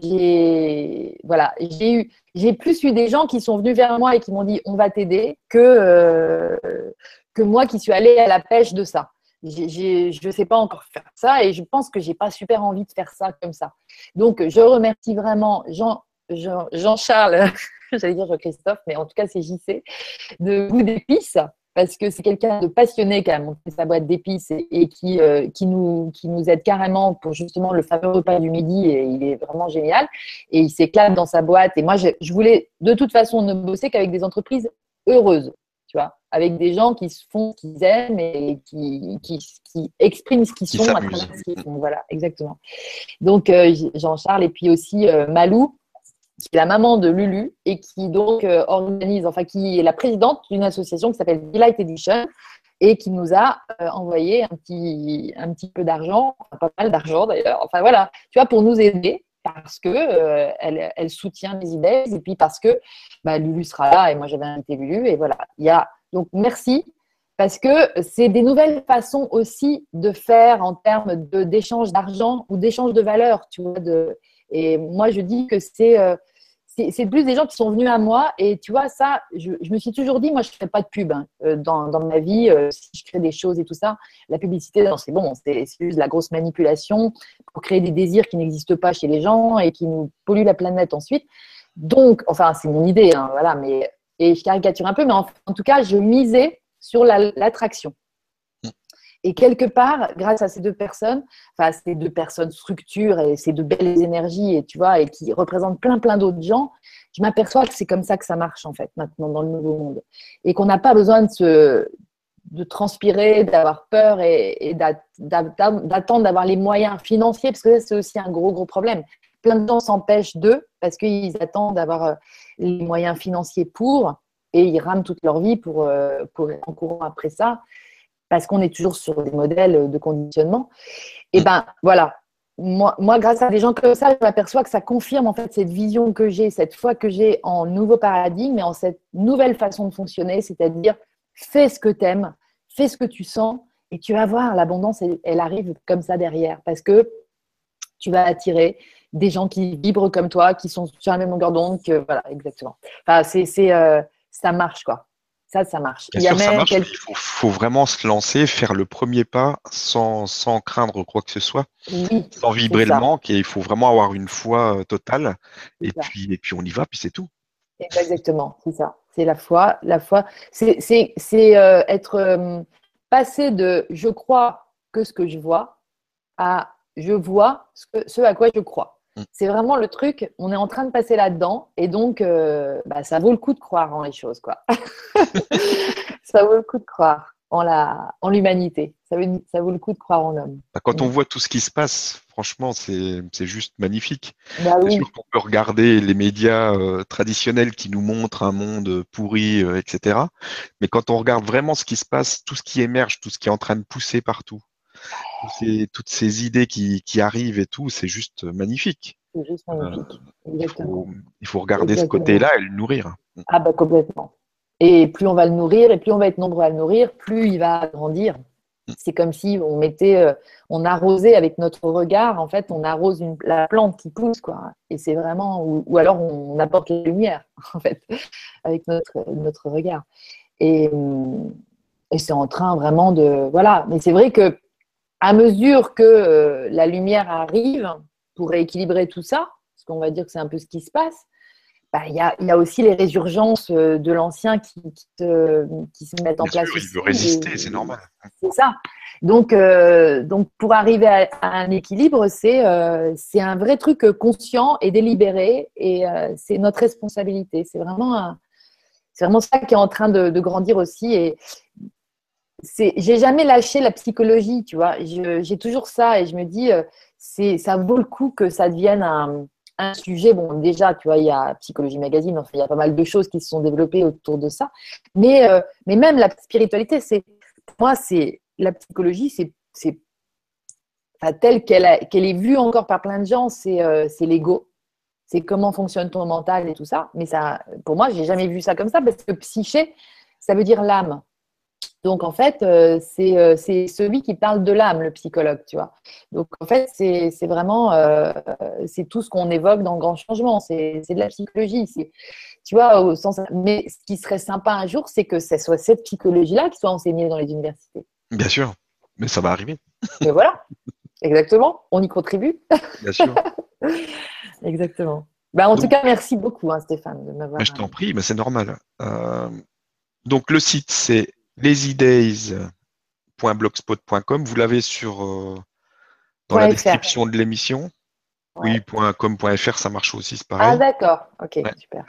j'ai voilà, j'ai eu, j'ai plus eu des gens qui sont venus vers moi et qui m'ont dit on va t'aider que euh, que moi qui suis allée à la pêche de ça. J'ai, j'ai, je ne sais pas encore faire ça et je pense que j'ai pas super envie de faire ça comme ça. Donc, je remercie vraiment Jean, Jean, Jean-Charles, j'allais dire Jean-Christophe, mais en tout cas c'est J C, de Goût d'épices, parce que c'est quelqu'un de passionné qui a monté sa boîte d'épices et, et qui, euh, qui, nous, qui nous aide carrément pour justement le fameux repas du midi. Et il est vraiment génial. Et il s'éclate dans sa boîte. Et moi, je, je voulais de toute façon ne bosser qu'avec des entreprises heureuses, tu vois, avec des gens qui se font ce qu'ils aiment et qui, qui, qui expriment ce qu'ils Qui sont à s'amusent. travers ce qu'ils font. Voilà, exactement. Donc, euh, Jean-Charles et puis aussi euh, Malou, qui est la maman de Lulu et qui donc euh, organise, enfin qui est la présidente d'une association qui s'appelle Delight Edition et qui nous a euh, envoyé un petit, un petit peu d'argent, enfin, pas mal d'argent d'ailleurs, enfin voilà, tu vois, pour nous aider parce que euh, elle, elle soutient les idées et puis parce que bah, Lulu sera là et moi j'avais invité Lulu et voilà, il y a donc merci parce que c'est des nouvelles façons aussi de faire en termes de, d'échange d'argent ou d'échange de valeur, tu vois, de, et moi je dis que c'est euh, C'est, c'est plus des gens qui sont venus à moi et tu vois ça, je, je me suis toujours dit moi je ne fais pas de pub hein, dans, dans ma vie, euh, si je crée des choses et tout ça, la publicité non, c'est bon, c'est, c'est juste de la grosse manipulation pour créer des désirs qui n'existent pas chez les gens et qui nous polluent la planète ensuite. Donc, enfin c'est mon idée, hein, voilà, mais et je caricature un peu, mais en, en tout cas je misais sur la, l'attraction. Et quelque part, grâce à ces deux personnes, enfin ces deux personnes structures et ces deux belles énergies, et tu vois, et qui représentent plein plein d'autres gens, je m'aperçois que c'est comme ça que ça marche en fait maintenant dans le nouveau monde, et qu'on n'a pas besoin de se de transpirer, d'avoir peur et, et d'attendre d'avoir les moyens financiers, parce que ça, c'est aussi un gros, gros problème. Plein de gens s'empêchent d'eux parce qu'ils attendent d'avoir les moyens financiers pour, et ils rament toute leur vie pour, pour être en courant après ça, parce qu'on est toujours sur des modèles de conditionnement. Et ben voilà, moi, moi, grâce à des gens comme ça, je m'aperçois que ça confirme en fait cette vision que j'ai, cette foi que j'ai en nouveau paradigme et en cette nouvelle façon de fonctionner, c'est-à-dire fais ce que tu aimes, fais ce que tu sens et tu vas voir, l'abondance, elle, elle arrive comme ça derrière, parce que tu vas attirer des gens qui vibrent comme toi, qui sont sur la même longueur d'onde, que voilà, exactement. Enfin, c'est, c'est, euh, ça marche, quoi. Ça, ça marche. Bien Il y a sûr, ça même marche, mais quelques... il faut, faut vraiment se lancer, faire le premier pas sans, sans craindre quoi que ce soit, Oui, sans c'est vibrer le ça. manque, et il faut vraiment avoir une foi euh, totale, C'est et ça. puis, et puis on y va, puis c'est tout. Exactement, c'est ça. C'est la foi. La foi, c'est, c'est, c'est euh, être euh, passé de je crois que ce que je vois à je vois ce, que- ce à quoi je crois. Mm. C'est vraiment le truc, on est en train de passer là-dedans et donc euh, bah, ça vaut le coup de croire en les choses, quoi. Ça vaut le coup de croire en la, en l'humanité. Ça veut, ça vaut le coup de croire en l'homme. Bah, quand Mm. on voit tout ce qui se passe, franchement, c'est, c'est juste magnifique. Bah C'est oui, sûr qu'on peut regarder les médias euh, traditionnels qui nous montrent un monde pourri, euh, et cetera. Mais quand on regarde vraiment ce qui se passe, tout ce qui émerge, tout ce qui est en train de pousser partout, tous ces- toutes ces idées qui, qui arrivent et tout, c'est juste magnifique. c'est juste Euh, magnifique. il faut, Exactement. il faut regarder ce Exactement. côté-là et le nourrir. Ah bah complètement. Et plus on va le nourrir, et plus on va être nombreux à le nourrir, plus il va grandir. C'est comme si on mettait, euh, on arrosait avec notre regard, en fait, on arrose une, la plante qui pousse, quoi. Et c'est vraiment, ou, ou alors on, on apporte la lumière, en fait, avec notre, notre regard. Et, hum, et c'est en train vraiment de, voilà. Mais c'est vrai que à mesure que euh, la lumière arrive pour rééquilibrer tout ça, parce qu'on va dire que c'est un peu ce qui se passe, bah, il y a, il y a aussi les résurgences euh, de l'ancien qui, qui, te- qui se mettent en Bien sûr, place il veut aussi. Et résister, c'est normal. c'est ça. Donc, euh, donc, pour arriver à, à un équilibre, c'est euh, c'est un vrai truc conscient et délibéré. Et euh, c'est notre responsabilité. C'est vraiment, un- c'est vraiment ça qui est en train de, de grandir aussi. Et c'est, j'ai jamais lâché la psychologie, tu vois. Je- j'ai toujours ça et je me dis, euh, c'est, ça vaut le coup que ça devienne un, un sujet. Bon, déjà, tu vois, il y a Psychologie Magazine, enfin, il y a pas mal de choses qui se sont développées autour de ça. Mais, euh, mais même la spiritualité, c'est, pour moi, c'est la psychologie, c'est, c'est enfin, telle qu'elle, a- qu'elle est vue encore par plein de gens, c'est, euh, c'est l'ego. C'est comment fonctionne ton mental et tout ça. Mais ça, pour moi, j'ai jamais vu ça comme ça parce que psyché, ça veut dire l'âme. Donc, en fait, euh, c'est euh, c'est celui qui parle de l'âme, le psychologue, tu vois. Donc, en fait, c'est c'est vraiment, euh, c'est tout ce qu'on évoque dans le grand changement. C'est c'est de la psychologie. C'est, tu vois, au sens. Mais ce qui serait sympa un jour, c'est que ce soit cette psychologie-là qui soit enseignée dans les universités. Bien sûr, mais ça va arriver, Mais voilà, exactement. On y contribue. bien sûr. Exactement. Bah, en tout Donc, cas, merci beaucoup, hein, Stéphane, de mais m'avoir. je t'en prie, mais c'est normal. Euh, donc, le site, c'est lazydays point blogspot point com. Vous l'avez sur, euh, dans la Point .fr. description de l'émission. Oui, Ouais. .com, .fr, ça marche aussi, c'est Ah, pareil. d'accord. Ok, Ouais. super.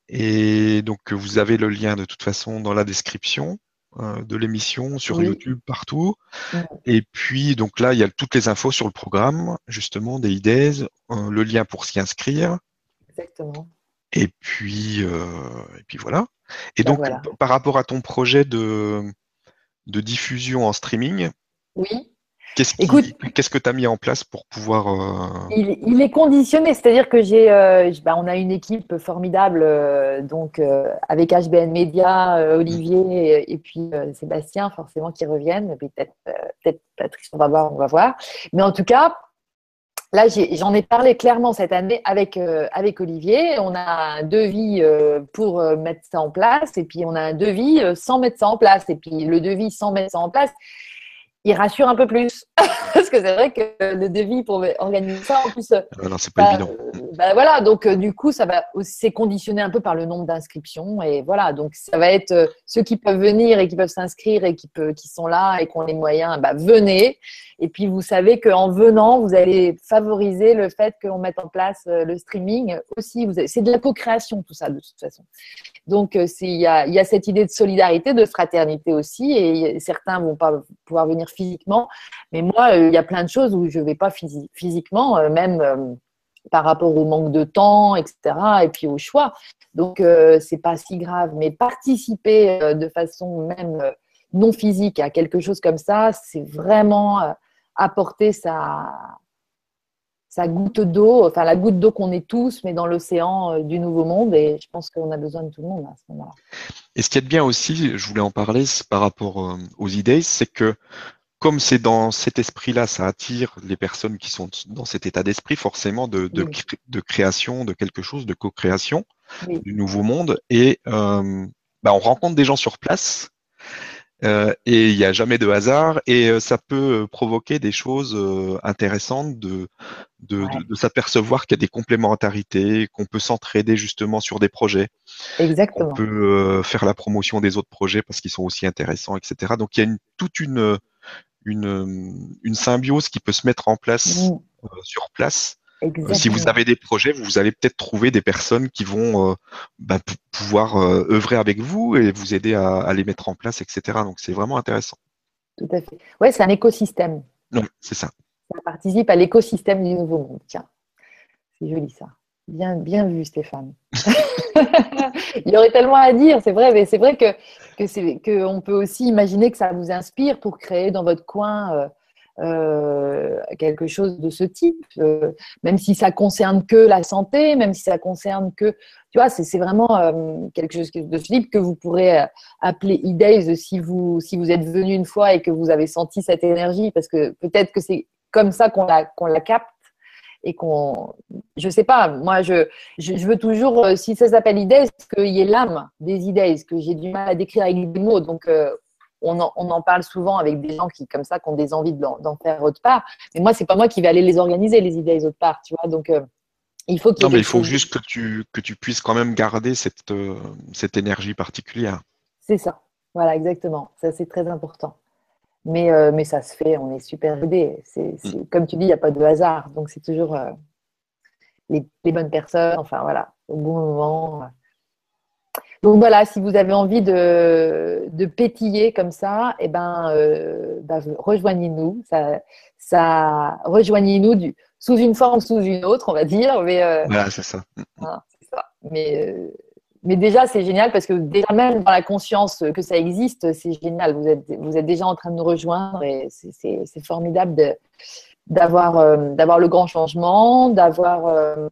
Et donc, vous avez le lien de toute façon dans la description euh, de l'émission, sur Oui. YouTube, partout. Mm, Et puis, donc là, il y a toutes les infos sur le programme, justement, des I D E S, euh, le lien pour s'y inscrire. exactement. Et puis, euh, et puis voilà. Et Bah donc, voilà. p- par rapport à ton projet de, de diffusion en streaming, Oui. qu'est-ce Écoute, qui, qu'est-ce que tu as mis en place pour pouvoir... euh, Il, il est conditionné, c'est-à-dire que j'ai, euh, j- bah, on a une équipe formidable, euh, donc euh, avec H B N Media, euh, hmm, Olivier et, et puis euh, Sébastien, forcément qui reviennent, et puis peut-être, euh, peut-être Patrice, on va voir, on va voir. Mais en tout cas, là, j'ai- j'en ai parlé clairement cette année avec euh, avec Olivier. On a un devis euh, pour euh, mettre ça en place, et puis on a un devis euh, sans mettre ça en place, et puis le devis sans mettre ça en place, il rassure un peu plus. Parce que c'est vrai que le devis pour organiser ça, en plus, euh, Ah non, c'est pas bah, évident. euh, bah, voilà, donc euh, du coup, ça va aussi, c'est conditionné un peu par le nombre d'inscriptions et voilà, donc ça va être euh, ceux qui peuvent venir et qui peuvent s'inscrire et qui, peut, qui sont là et qui ont les moyens, bah, venez. Et puis vous savez qu'en venant, vous allez favoriser le fait qu'on mette en place euh, le streaming aussi. Vous avez, c'est de la co-création tout ça de toute façon. Donc, euh, c'est, il y a, il y a cette idée de solidarité, de fraternité aussi, et certains vont pas pouvoir venir physiquement, mais moi, euh, il y a plein de choses où je vais pas phys- physiquement, euh, même euh, par rapport au manque de temps, et cetera, et puis au choix. Donc, euh, c'est pas si grave, mais participer euh, de façon même euh, non physique à quelque chose comme ça, c'est vraiment euh, apporter sa, sa goutte d'eau, enfin la goutte d'eau qu'on est tous, mais dans l'océan euh, du Nouveau Monde. Et je pense qu'on a besoin de tout le monde à ce moment-là. Et ce qui est bien aussi, je voulais en parler, c'est par rapport euh, aux idées, c'est que comme c'est dans cet esprit-là, ça attire les personnes qui sont dans cet état d'esprit, forcément, de, de, Oui, cré- de création, de quelque chose, de co-création oui, du nouveau monde. Et euh, bah, on rencontre des gens sur place. Euh, et il n'y a jamais de hasard et euh, ça peut euh, provoquer des choses euh, intéressantes de, de, de, ouais, de s'apercevoir qu'il y a des complémentarités, qu'on peut s'entraider justement sur des projets, qu'on peut exactement. euh, faire la promotion des autres projets parce qu'ils sont aussi intéressants, et cetera. Donc il y a une, toute une, une, une symbiose qui peut se mettre en place Mm, euh, sur place. Euh, si vous exactement, avez des projets, vous allez peut-être trouver des personnes qui vont euh, bah, p- pouvoir euh, œuvrer avec vous et vous aider à, à les mettre en place, et cetera. Donc c'est vraiment intéressant. tout à fait. Ouais, c'est un écosystème. Non, c'est ça. Ça participe à l'écosystème du Nouveau Monde. Tiens, c'est joli ça. Bien, bien vu, Stéphane. Il y aurait tellement à dire, c'est vrai, mais c'est vrai que, que c'est, que on peut aussi imaginer que ça vous inspire pour créer dans votre coin euh, euh, quelque chose de ce type, euh, même si ça concerne que la santé, même si ça concerne que, tu vois, c'est, c'est vraiment euh, quelque chose de ce type que vous pourrez euh, appeler e-days si vous, si vous êtes venu une fois et que vous avez senti cette énergie, parce que peut-être que c'est comme ça qu'on la, qu'on la capte et qu'on, je sais pas, moi je, je, je veux toujours, euh, si ça s'appelle idées, qu'il y ait l'âme des idées, que j'ai du mal à décrire avec des mots, donc euh, on, en, on en parle souvent avec des gens qui, comme ça, qui ont des envies d'en, d'en faire autre part, mais moi c'est pas moi qui vais aller les organiser, les idées autre part, tu vois, donc euh, il faut qu'il y Non, ait mais il quelque faut chose, juste que tu, que tu puisses quand même garder cette, euh, cette énergie particulière. c'est ça, voilà, exactement, ça c'est très important. Mais, euh, mais ça se fait, on est super aidés. C'est, Mm. c'est, comme tu dis, il n'y a pas de hasard. Donc, c'est toujours euh, les, les bonnes personnes, enfin voilà, au bon moment. Donc voilà, si vous avez envie de, de pétiller comme ça, eh ben, euh, bah, rejoignez-nous. Ça, ça, rejoignez-nous du, sous une forme, ou sous une autre, on va dire. Mais, euh, Voilà, c'est ça. Mm. hein, c'est ça. Mais, euh, mais déjà, c'est génial parce que déjà même dans la conscience que ça existe, c'est génial. Vous êtes, vous êtes déjà en train de nous rejoindre et c'est, c'est, c'est formidable de, d'avoir, euh, d'avoir le grand changement, d'avoir, euh,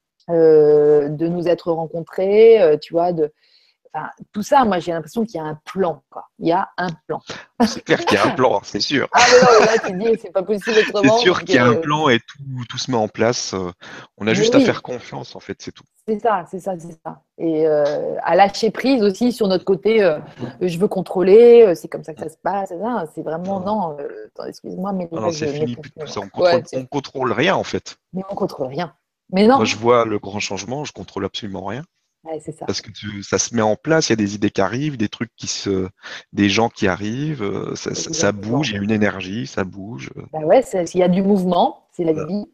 euh, de nous être rencontrés, euh, tu vois, de, enfin, tout ça, moi, j'ai l'impression qu'il y a un plan, quoi. Il y a un plan. C'est clair qu'il y a un plan, c'est sûr. Ah, mais non, mais là, tu te dis, c'est pas possible C'est autrement. sûr Donc, qu'il y a un euh, plan et tout, tout se met en place. Euh, On a mais juste à oui, faire confiance, en fait, c'est tout. c'est ça, c'est ça, c'est ça. Et euh, à lâcher prise aussi sur notre côté, euh, je veux contrôler, euh, c'est comme ça que Mm. ça se passe. C'est ça, c'est vraiment, Non, non, euh, attends, excuse-moi, mais non, non, là, je c'est fini m'étouffe. plus tout ça. On Ouais, contrôle, c'est- on contrôle rien, en fait. mais on contrôle rien. Mais Moi, non, je vois le grand changement, je contrôle absolument rien. ouais, c'est ça. Parce que tu- ça se met en place, il y a des idées qui arrivent, des trucs qui se, des gens qui arrivent, euh, ça, ça- ça bouge, Exactement. il y a une énergie, ça bouge. euh, Bah ouais, c'est- s'il y a du mouvement, c'est la voilà. vie.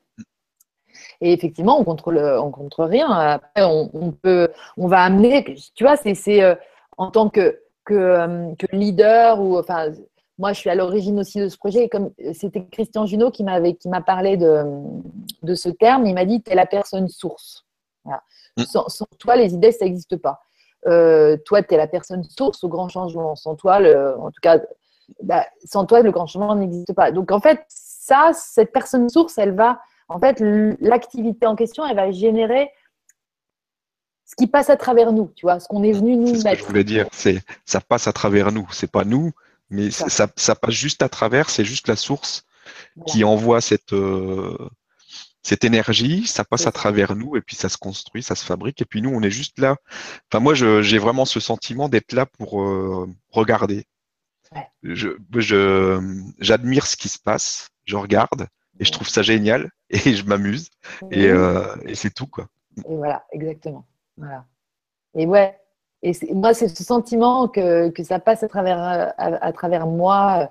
Et effectivement, on contrôle, on contrôle rien. Après, on, on peut, on va amener, tu vois, c'est, c'est euh, en tant que, que, euh, que leader ou, enfin, moi, je suis à l'origine aussi de ce projet. Et comme c'était Christian Junot qui m'avait, qui m'a parlé de, de ce terme, il m'a dit, tu es la personne source. Voilà. Mm. Sans, sans toi, les idées, ça n'existe pas. Euh, toi, tu es la personne source au grand changement. Sans toi, le, en tout cas, bah, sans toi, le grand changement n'existe pas. Donc, en fait, ça, cette personne source, elle va, en fait, l'activité en question, elle va générer ce qui passe à travers nous, tu vois, ce qu'on est venu C'est nous ce que je mettre. voulais dire, c'est, ça passe à travers nous, c'est pas nous, mais c'est- Ça, ça, ça passe juste à travers, c'est juste la source voilà, qui envoie cette, euh, cette énergie, ça passe c'est à ça. travers nous et puis ça se construit, ça se fabrique et puis nous on est juste là. Enfin moi je- j'ai vraiment ce sentiment d'être là pour euh, regarder. Ouais. Je, je, j'admire ce qui se passe, je regarde et je trouve ça génial et je m'amuse et, Oui, euh, et c'est tout, quoi. et voilà, exactement. Voilà. Et ouais, et c'est- moi, c'est ce sentiment que, que ça passe à travers, euh, à, à travers moi.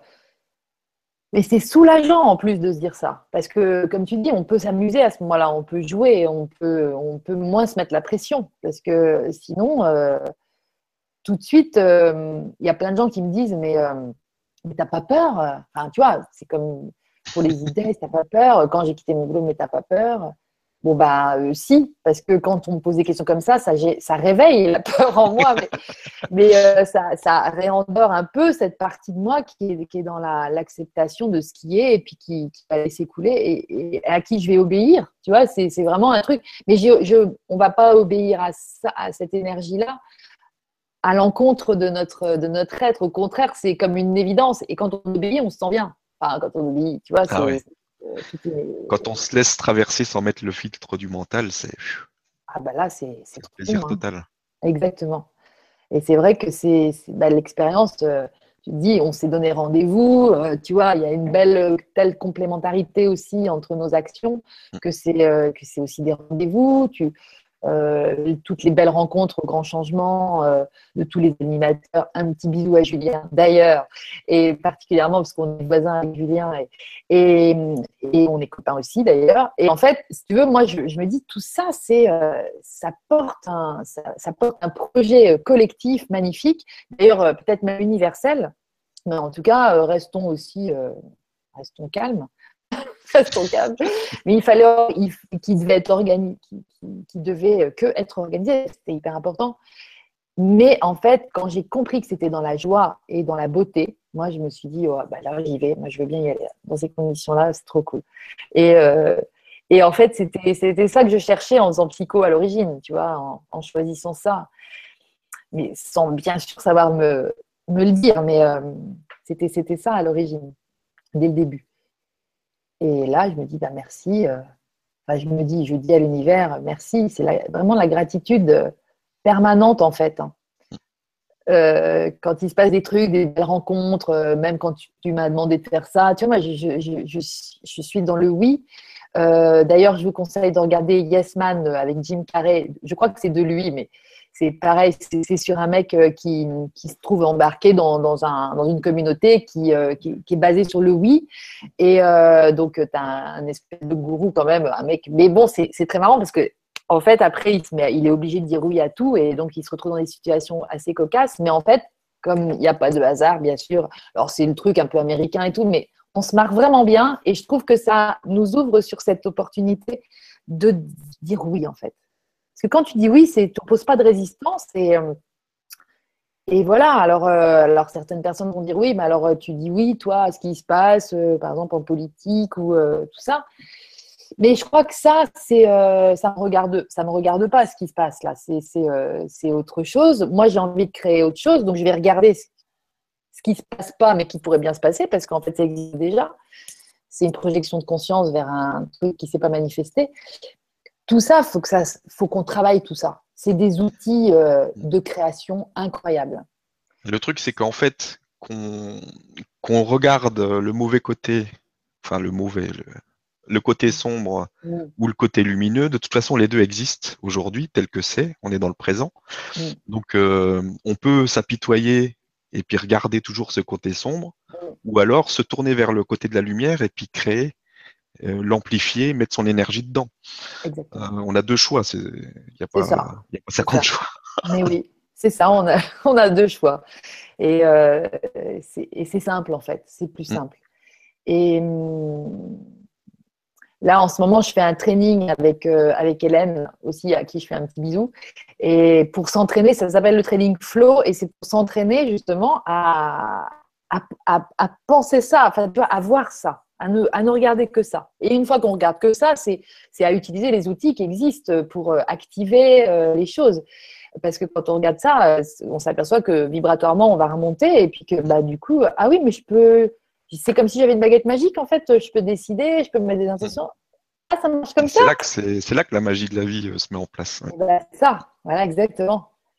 Mais c'est soulageant en plus de se dire ça. Parce que, comme tu dis, on peut s'amuser à ce moment-là, on peut jouer, on peut, on peut moins se mettre la pression. Parce que sinon, euh, tout de suite, euh, il y a plein de gens qui me disent, mais, euh, mais t'as pas peur? Enfin, tu vois, c'est comme pour les idées, t'as pas peur? Quand j'ai quitté mon boulot, mais t'as pas peur? Bon, bah, euh, si, parce que quand on me pose des questions comme ça, ça, j'ai- ça réveille la peur en moi, mais, mais euh, ça, ça réendort un peu cette partie de moi qui est, qui est dans la- l'acceptation de ce qui est et puis qui, qui va laisser couler et, et à qui je vais obéir. Tu vois, c'est c'est vraiment un truc. Mais je, je, on va pas obéir à, ça, à cette énergie-là à l'encontre de notre, de notre être. Au contraire, c'est comme une évidence. Et quand on obéit, on se sent bien. Enfin, quand on obéit, tu vois, Ah c'est ouais. euh, tout est. Quand on se laisse traverser sans mettre le filtre du mental, c'est Ah bah là, c'est c'est c'est un trop plaisir bon. Hein. total. Exactement. Et c'est vrai que c'est c'est- bah, l'expérience. euh, tu te dis, on s'est donné rendez-vous. euh, tu vois, il y a une belle euh, telle complémentarité aussi entre nos actions que c'est euh, que c'est aussi des rendez-vous. Tu euh, toutes les belles rencontres au grand changement euh, de tous les animateurs. Un petit bisou à Julien, d'ailleurs, et particulièrement parce qu'on est voisins avec Julien et, et, et on est copains aussi, d'ailleurs. Et en fait, si tu veux, moi, je, je me dis, tout ça, c'est, euh, ça, porte un, ça, ça porte un projet collectif magnifique, d'ailleurs, euh, peut-être même universel, mais en tout cas, euh, restons aussi, euh, restons calmes. Restons calmes. Mais il fallait il, qui devait être organisé, qui, qui, qui devait que être organisé, c'était hyper important. Mais en fait, quand j'ai compris que c'était dans la joie et dans la beauté, moi je me suis dit oh, bah là j'y vais, moi je veux bien y aller dans ces conditions-là, c'est trop cool. Et euh, et en fait, c'était c'était ça que je cherchais en faisant psycho à l'origine, tu vois, en, en choisissant ça, mais sans bien sûr savoir me me le dire, mais euh, c'était c'était ça à l'origine, dès le début. Et là, je me dis bah merci. Euh, Enfin, je me dis, je dis à l'univers, merci. C'est la- vraiment la gratitude euh, permanente, en fait. Hein. Euh, quand il se passe des trucs, des belles rencontres, euh, même quand tu, tu m'as demandé de faire ça, tu vois, moi, je, je, je, je, je suis dans le oui. Euh, D'ailleurs, je vous conseille de regarder Yes Man avec Jim Carrey. Je crois que c'est de lui, mais c'est pareil. C'est sur un mec euh, qui, qui se trouve embarqué dans, dans, un, dans une communauté qui, euh, qui, qui est basée sur le oui. Et euh, donc, tu as un, un espèce de gourou quand même, un mec. Mais bon, c'est très marrant parce que en fait, après, il, se met, il est obligé de dire oui à tout et donc il se retrouve dans des situations assez cocasses. Mais en fait, comme il n'y a pas de hasard, bien sûr, alors c'est le truc un peu américain et tout, mais on se marre vraiment bien et je trouve que ça nous ouvre sur cette opportunité de dire oui, en fait. Parce que quand tu dis oui, tu n'opposes pas de résistance et, euh, et voilà. Alors, euh, alors, certaines personnes vont dire oui, mais alors tu dis oui, toi, à ce qui se passe, euh, par exemple en politique ou euh, tout ça. Mais je crois que ça, c'est, euh, ça me regarde, ça me regarde pas ce qui se passe là. C'est, c'est, euh, c'est autre chose. Moi, j'ai envie de créer autre chose, donc je vais regarder ce, ce qui se passe pas, mais qui pourrait bien se passer, parce qu'en fait, ça existe déjà. C'est une projection de conscience vers un truc qui s'est pas manifesté. Tout ça, faut que ça, faut qu'on travaille tout ça. C'est des outils euh, de création incroyables. Le truc, c'est qu'en fait, qu'on qu'on regarde le mauvais côté, enfin le mauvais, le, le côté sombre Mm, ou le côté lumineux, de toute façon, les deux existent aujourd'hui, tel que c'est, on est dans le présent. mm, Donc, euh, on peut s'apitoyer et puis regarder toujours ce côté sombre, mm. ou alors se tourner vers le côté de la lumière et puis créer, euh, l'amplifier, mettre son énergie dedans. Euh, Exactement. on a deux choix, il n'y a C'est pas, ça. y a pas C'est cinquante ça. choix. Mais oui, c'est ça. On a, on a deux choix. Et, euh, c'est, et c'est simple en fait. C'est plus Mm. simple. Et hum, là, en ce moment, je fais un training avec, euh, avec Hélène aussi, à qui je fais un petit bisou. Et pour s'entraîner, ça s'appelle le training flow, et c'est pour s'entraîner justement à, à, à, à penser ça, enfin, tu vois, à voir ça, à ne, à ne regarder que ça. Et une fois qu'on regarde que ça, c'est à utiliser les outils qui existent pour euh, activer euh, les choses. Parce que quand on regarde ça, euh, on s'aperçoit que vibratoirement, on va remonter, et puis que bah, du coup, ah oui, mais je peux. C'est comme si j'avais une baguette magique, en fait, je peux décider, je peux me mettre des intentions. Ah, ça marche Et comme ça? c'est là que c'est c'est là que la magie de la vie euh, se met en place. Ouais. Et ben, c'est ça, voilà, exactement.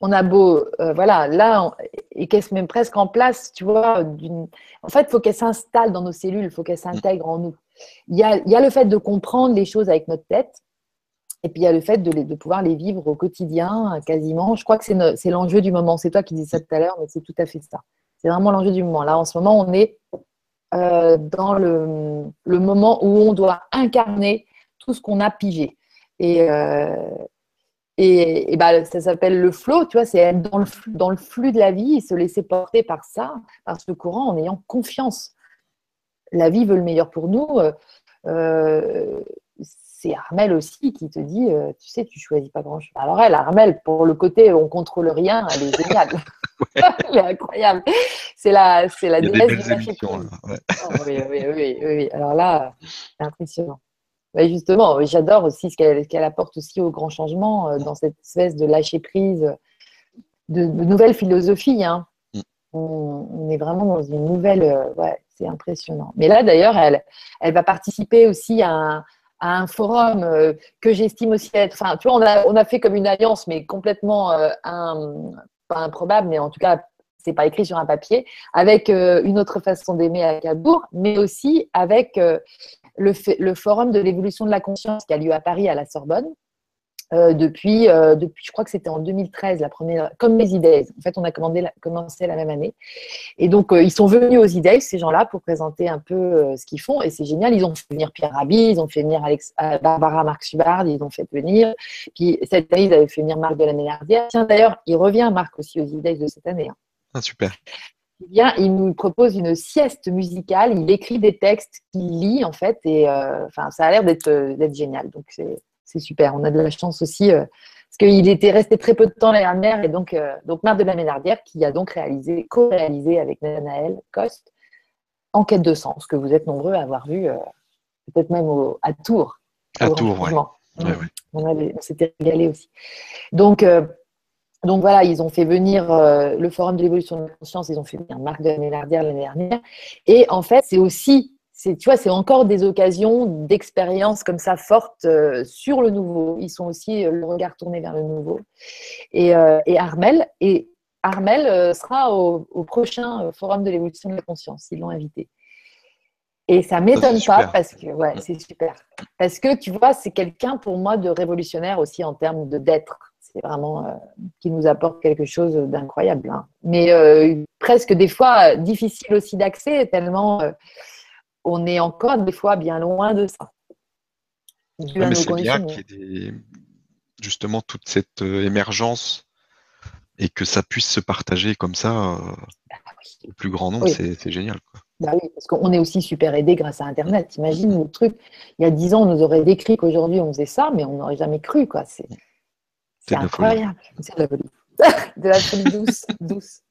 on a beau, euh, voilà, là, on- et qu'elle se met presque en place, tu vois, d'une. En fait, il faut qu'elle s'installe dans nos cellules, il faut qu'elle Mm. s'intègre en nous. Il y a, il y a le fait de comprendre les choses avec notre tête, et puis il y a le fait de, les- de pouvoir les vivre au quotidien, quasiment. Je crois que c'est no- c'est l'enjeu du moment. C'est toi qui dis ça tout à l'heure, mais c'est tout à fait ça. C'est vraiment l'enjeu du moment. Là, en ce moment, on est euh, dans le, le moment où on doit incarner tout ce qu'on a pigé. Et, euh, et, et bah, ça s'appelle le flow, tu vois, c'est être dans le, flux- dans le flux de la vie et se laisser porter par ça, par ce courant, en ayant confiance. La vie veut le meilleur pour nous. Euh, euh, c'est Armel aussi qui te dit, euh, tu sais, tu choisis pas grand-chose. Alors elle, Armel, pour le côté on contrôle rien, elle est géniale. Elle est incroyable. C'est la, c'est la Il y a des déesse du belles lâcher émissions, là. prise. Ouais. Oh, oui, oui, oui, oui, oui. Alors là, c'est impressionnant. Mais justement, j'adore aussi ce qu'elle qu'elle apporte aussi au grand changement euh, dans cette espèce de lâcher prise, de, de nouvelle philosophie. Hein. Mm. On, on est vraiment dans une nouvelle. Euh, ouais, c'est impressionnant. Mais là, d'ailleurs, elle, elle va participer aussi à un, à un forum euh, que j'estime aussi être. Enfin, tu vois, on a, on a fait comme une alliance, mais complètement euh, un, pas improbable, mais en tout cas, c'est pas écrit sur un papier, avec euh, une autre façon d'aimer à Cabourg, mais aussi avec euh, le, fait- le forum de l'évolution de la conscience qui a lieu à Paris à la Sorbonne. Euh, depuis, euh, depuis, je crois que c'était en deux mille treize, la première, comme les E-Days. En fait, on a commandé la- commencé la même année. Et donc, euh, ils sont venus aux E-Days, ces gens-là, pour présenter un peu euh, ce qu'ils font. Et c'est génial. Ils ont fait venir Pierre Rabhi, ils ont fait venir Alex, euh, Barbara Marx-Hubbard, ils ont fait venir. Puis cette année, ils avaient fait venir Marc de la Ménardière. Tiens, d'ailleurs, il revient, Marc, aussi aux E-Days de cette année. Hein. Ah, super. Il vient, il nous propose une sieste musicale. Il écrit des textes qu'il lit, en fait. Et euh, enfin, ça a l'air d'être euh, d'être génial. Donc, c'est c'est super. On a de la chance aussi. Euh, parce qu'il était resté très peu de temps l'année dernière. Et donc, euh, donc Marc de la Ménardière, qui a donc réalisé, co-réalisé avec Nathanaël Coste, Enquête de sens, que vous êtes nombreux à avoir vu, euh, peut-être même au, à Tours, au À Grand Tours, ouais. Changement. Ouais, Mmh. ouais. On, avait- on s'était régalé aussi. Donc, euh, donc voilà, ils ont fait venir euh, le Forum de l'évolution de la conscience, ils ont fait venir Marc de la Ménardière l'année dernière. Et en fait, c'est aussi, c'est, tu vois, c'est encore des occasions d'expériences comme ça fortes euh, sur le nouveau. Ils sont aussi euh, le regard tourné vers le nouveau. Et, euh, et Armel, et Armel euh, sera au, au prochain euh, Forum de l'évolution de la conscience. Ils l'ont invité. Et ça Ça, c'est m'étonne pas super. parce que, ouais, c'est super. Parce que, tu vois, c'est quelqu'un pour moi de révolutionnaire aussi en termes de d'être. C'est vraiment euh, qui nous apporte quelque chose d'incroyable. Hein. Mais euh, presque des fois euh, difficile aussi d'accès, tellement euh, on est encore des fois bien loin de ça, dû Ouais, à mais nos c'est bien conditionnements. qu'il y ait des, justement toute cette euh, émergence et que ça puisse se partager comme ça euh, au plus grand nombre, Oui, c'est c'est génial, quoi. bah oui, parce qu'on est aussi super aidé grâce à Mm, Internet. mm, Imagine mm. le truc, il y a dix ans, on nous aurait décrit qu'aujourd'hui on faisait ça, mais on n'aurait jamais cru, quoi. C'est c'est C'est de la folie. incroyable. C'est de la folie. De la folie douce, douce.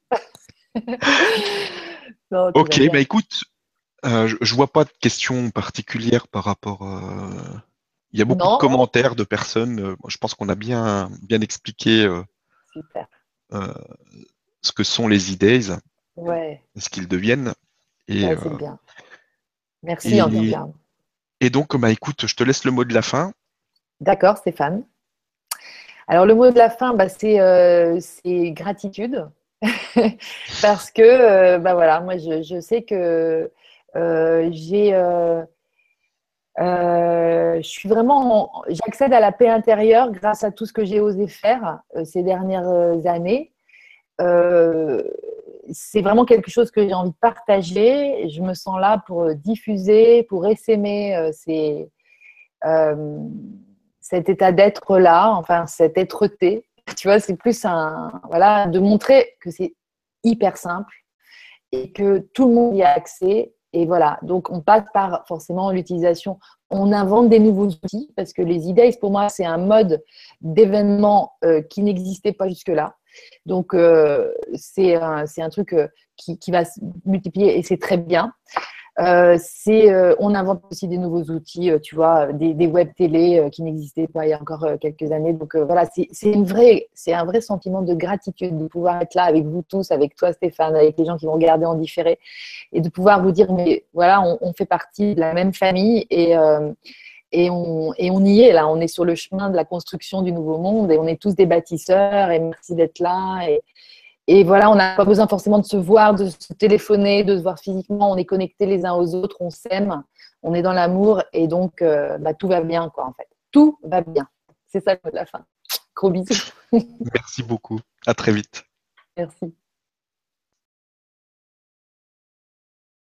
Non, tout va Ok, bah bien. écoute, euh, je, je vois pas de questions particulières par rapport. euh, Il y a beaucoup de Non? commentaires de personnes. euh, moi, je pense qu'on a bien bien expliqué euh, Super. euh, ce que sont les E-Days, Ouais, ce qu'ils deviennent. Et, ouais, euh, c'est bien. Merci en tout et, cas. et donc, bah écoute, je te laisse le mot de la fin. D'accord, Stéphane. Alors, le mot de la fin, bah, c'est euh, c'est gratitude. Parce que, euh, bah voilà, moi, je, je sais que euh, j'ai, euh, euh, je suis vraiment, en- j'accède à la paix intérieure grâce à tout ce que j'ai osé faire euh, ces dernières euh, années. Euh, c'est vraiment quelque chose que j'ai envie de partager. Je me sens là pour euh, diffuser, pour essaimer euh, ces, euh, cet état d'être là, enfin cette être-té. Tu vois, c'est plus un, voilà, de montrer que c'est hyper simple et que tout le monde y a accès. Et voilà, donc on passe par forcément l'utilisation. On invente des nouveaux outils parce que les E-Days, pour moi, c'est un mode d'événement euh, qui n'existait pas jusque-là. Donc, euh, c'est un, c'est un truc euh, qui, qui va se multiplier et c'est très bien. Euh, c'est, euh, on invente aussi des nouveaux outils, euh, tu vois, des, des web télé euh, qui n'existaient pas il y a encore euh, quelques années. Donc euh, voilà, c'est, c'est, une vraie, c'est un vrai sentiment de gratitude de pouvoir être là avec vous tous, avec toi Stéphane, avec les gens qui vont regarder en différé, et de pouvoir vous dire, mais voilà, on, on fait partie de la même famille et, euh, Et on, et on y est là, on est sur le chemin de la construction du nouveau monde et on est tous des bâtisseurs et merci d'être là. Et, et voilà, on n'a pas besoin forcément de se voir, de se téléphoner, de se voir physiquement. On est connectés les uns aux autres, on s'aime, on est dans l'amour et donc euh, bah, tout va bien quoi en fait. Tout va bien. C'est ça le mot de la fin. Gros bisous. Merci beaucoup. À très vite. Merci.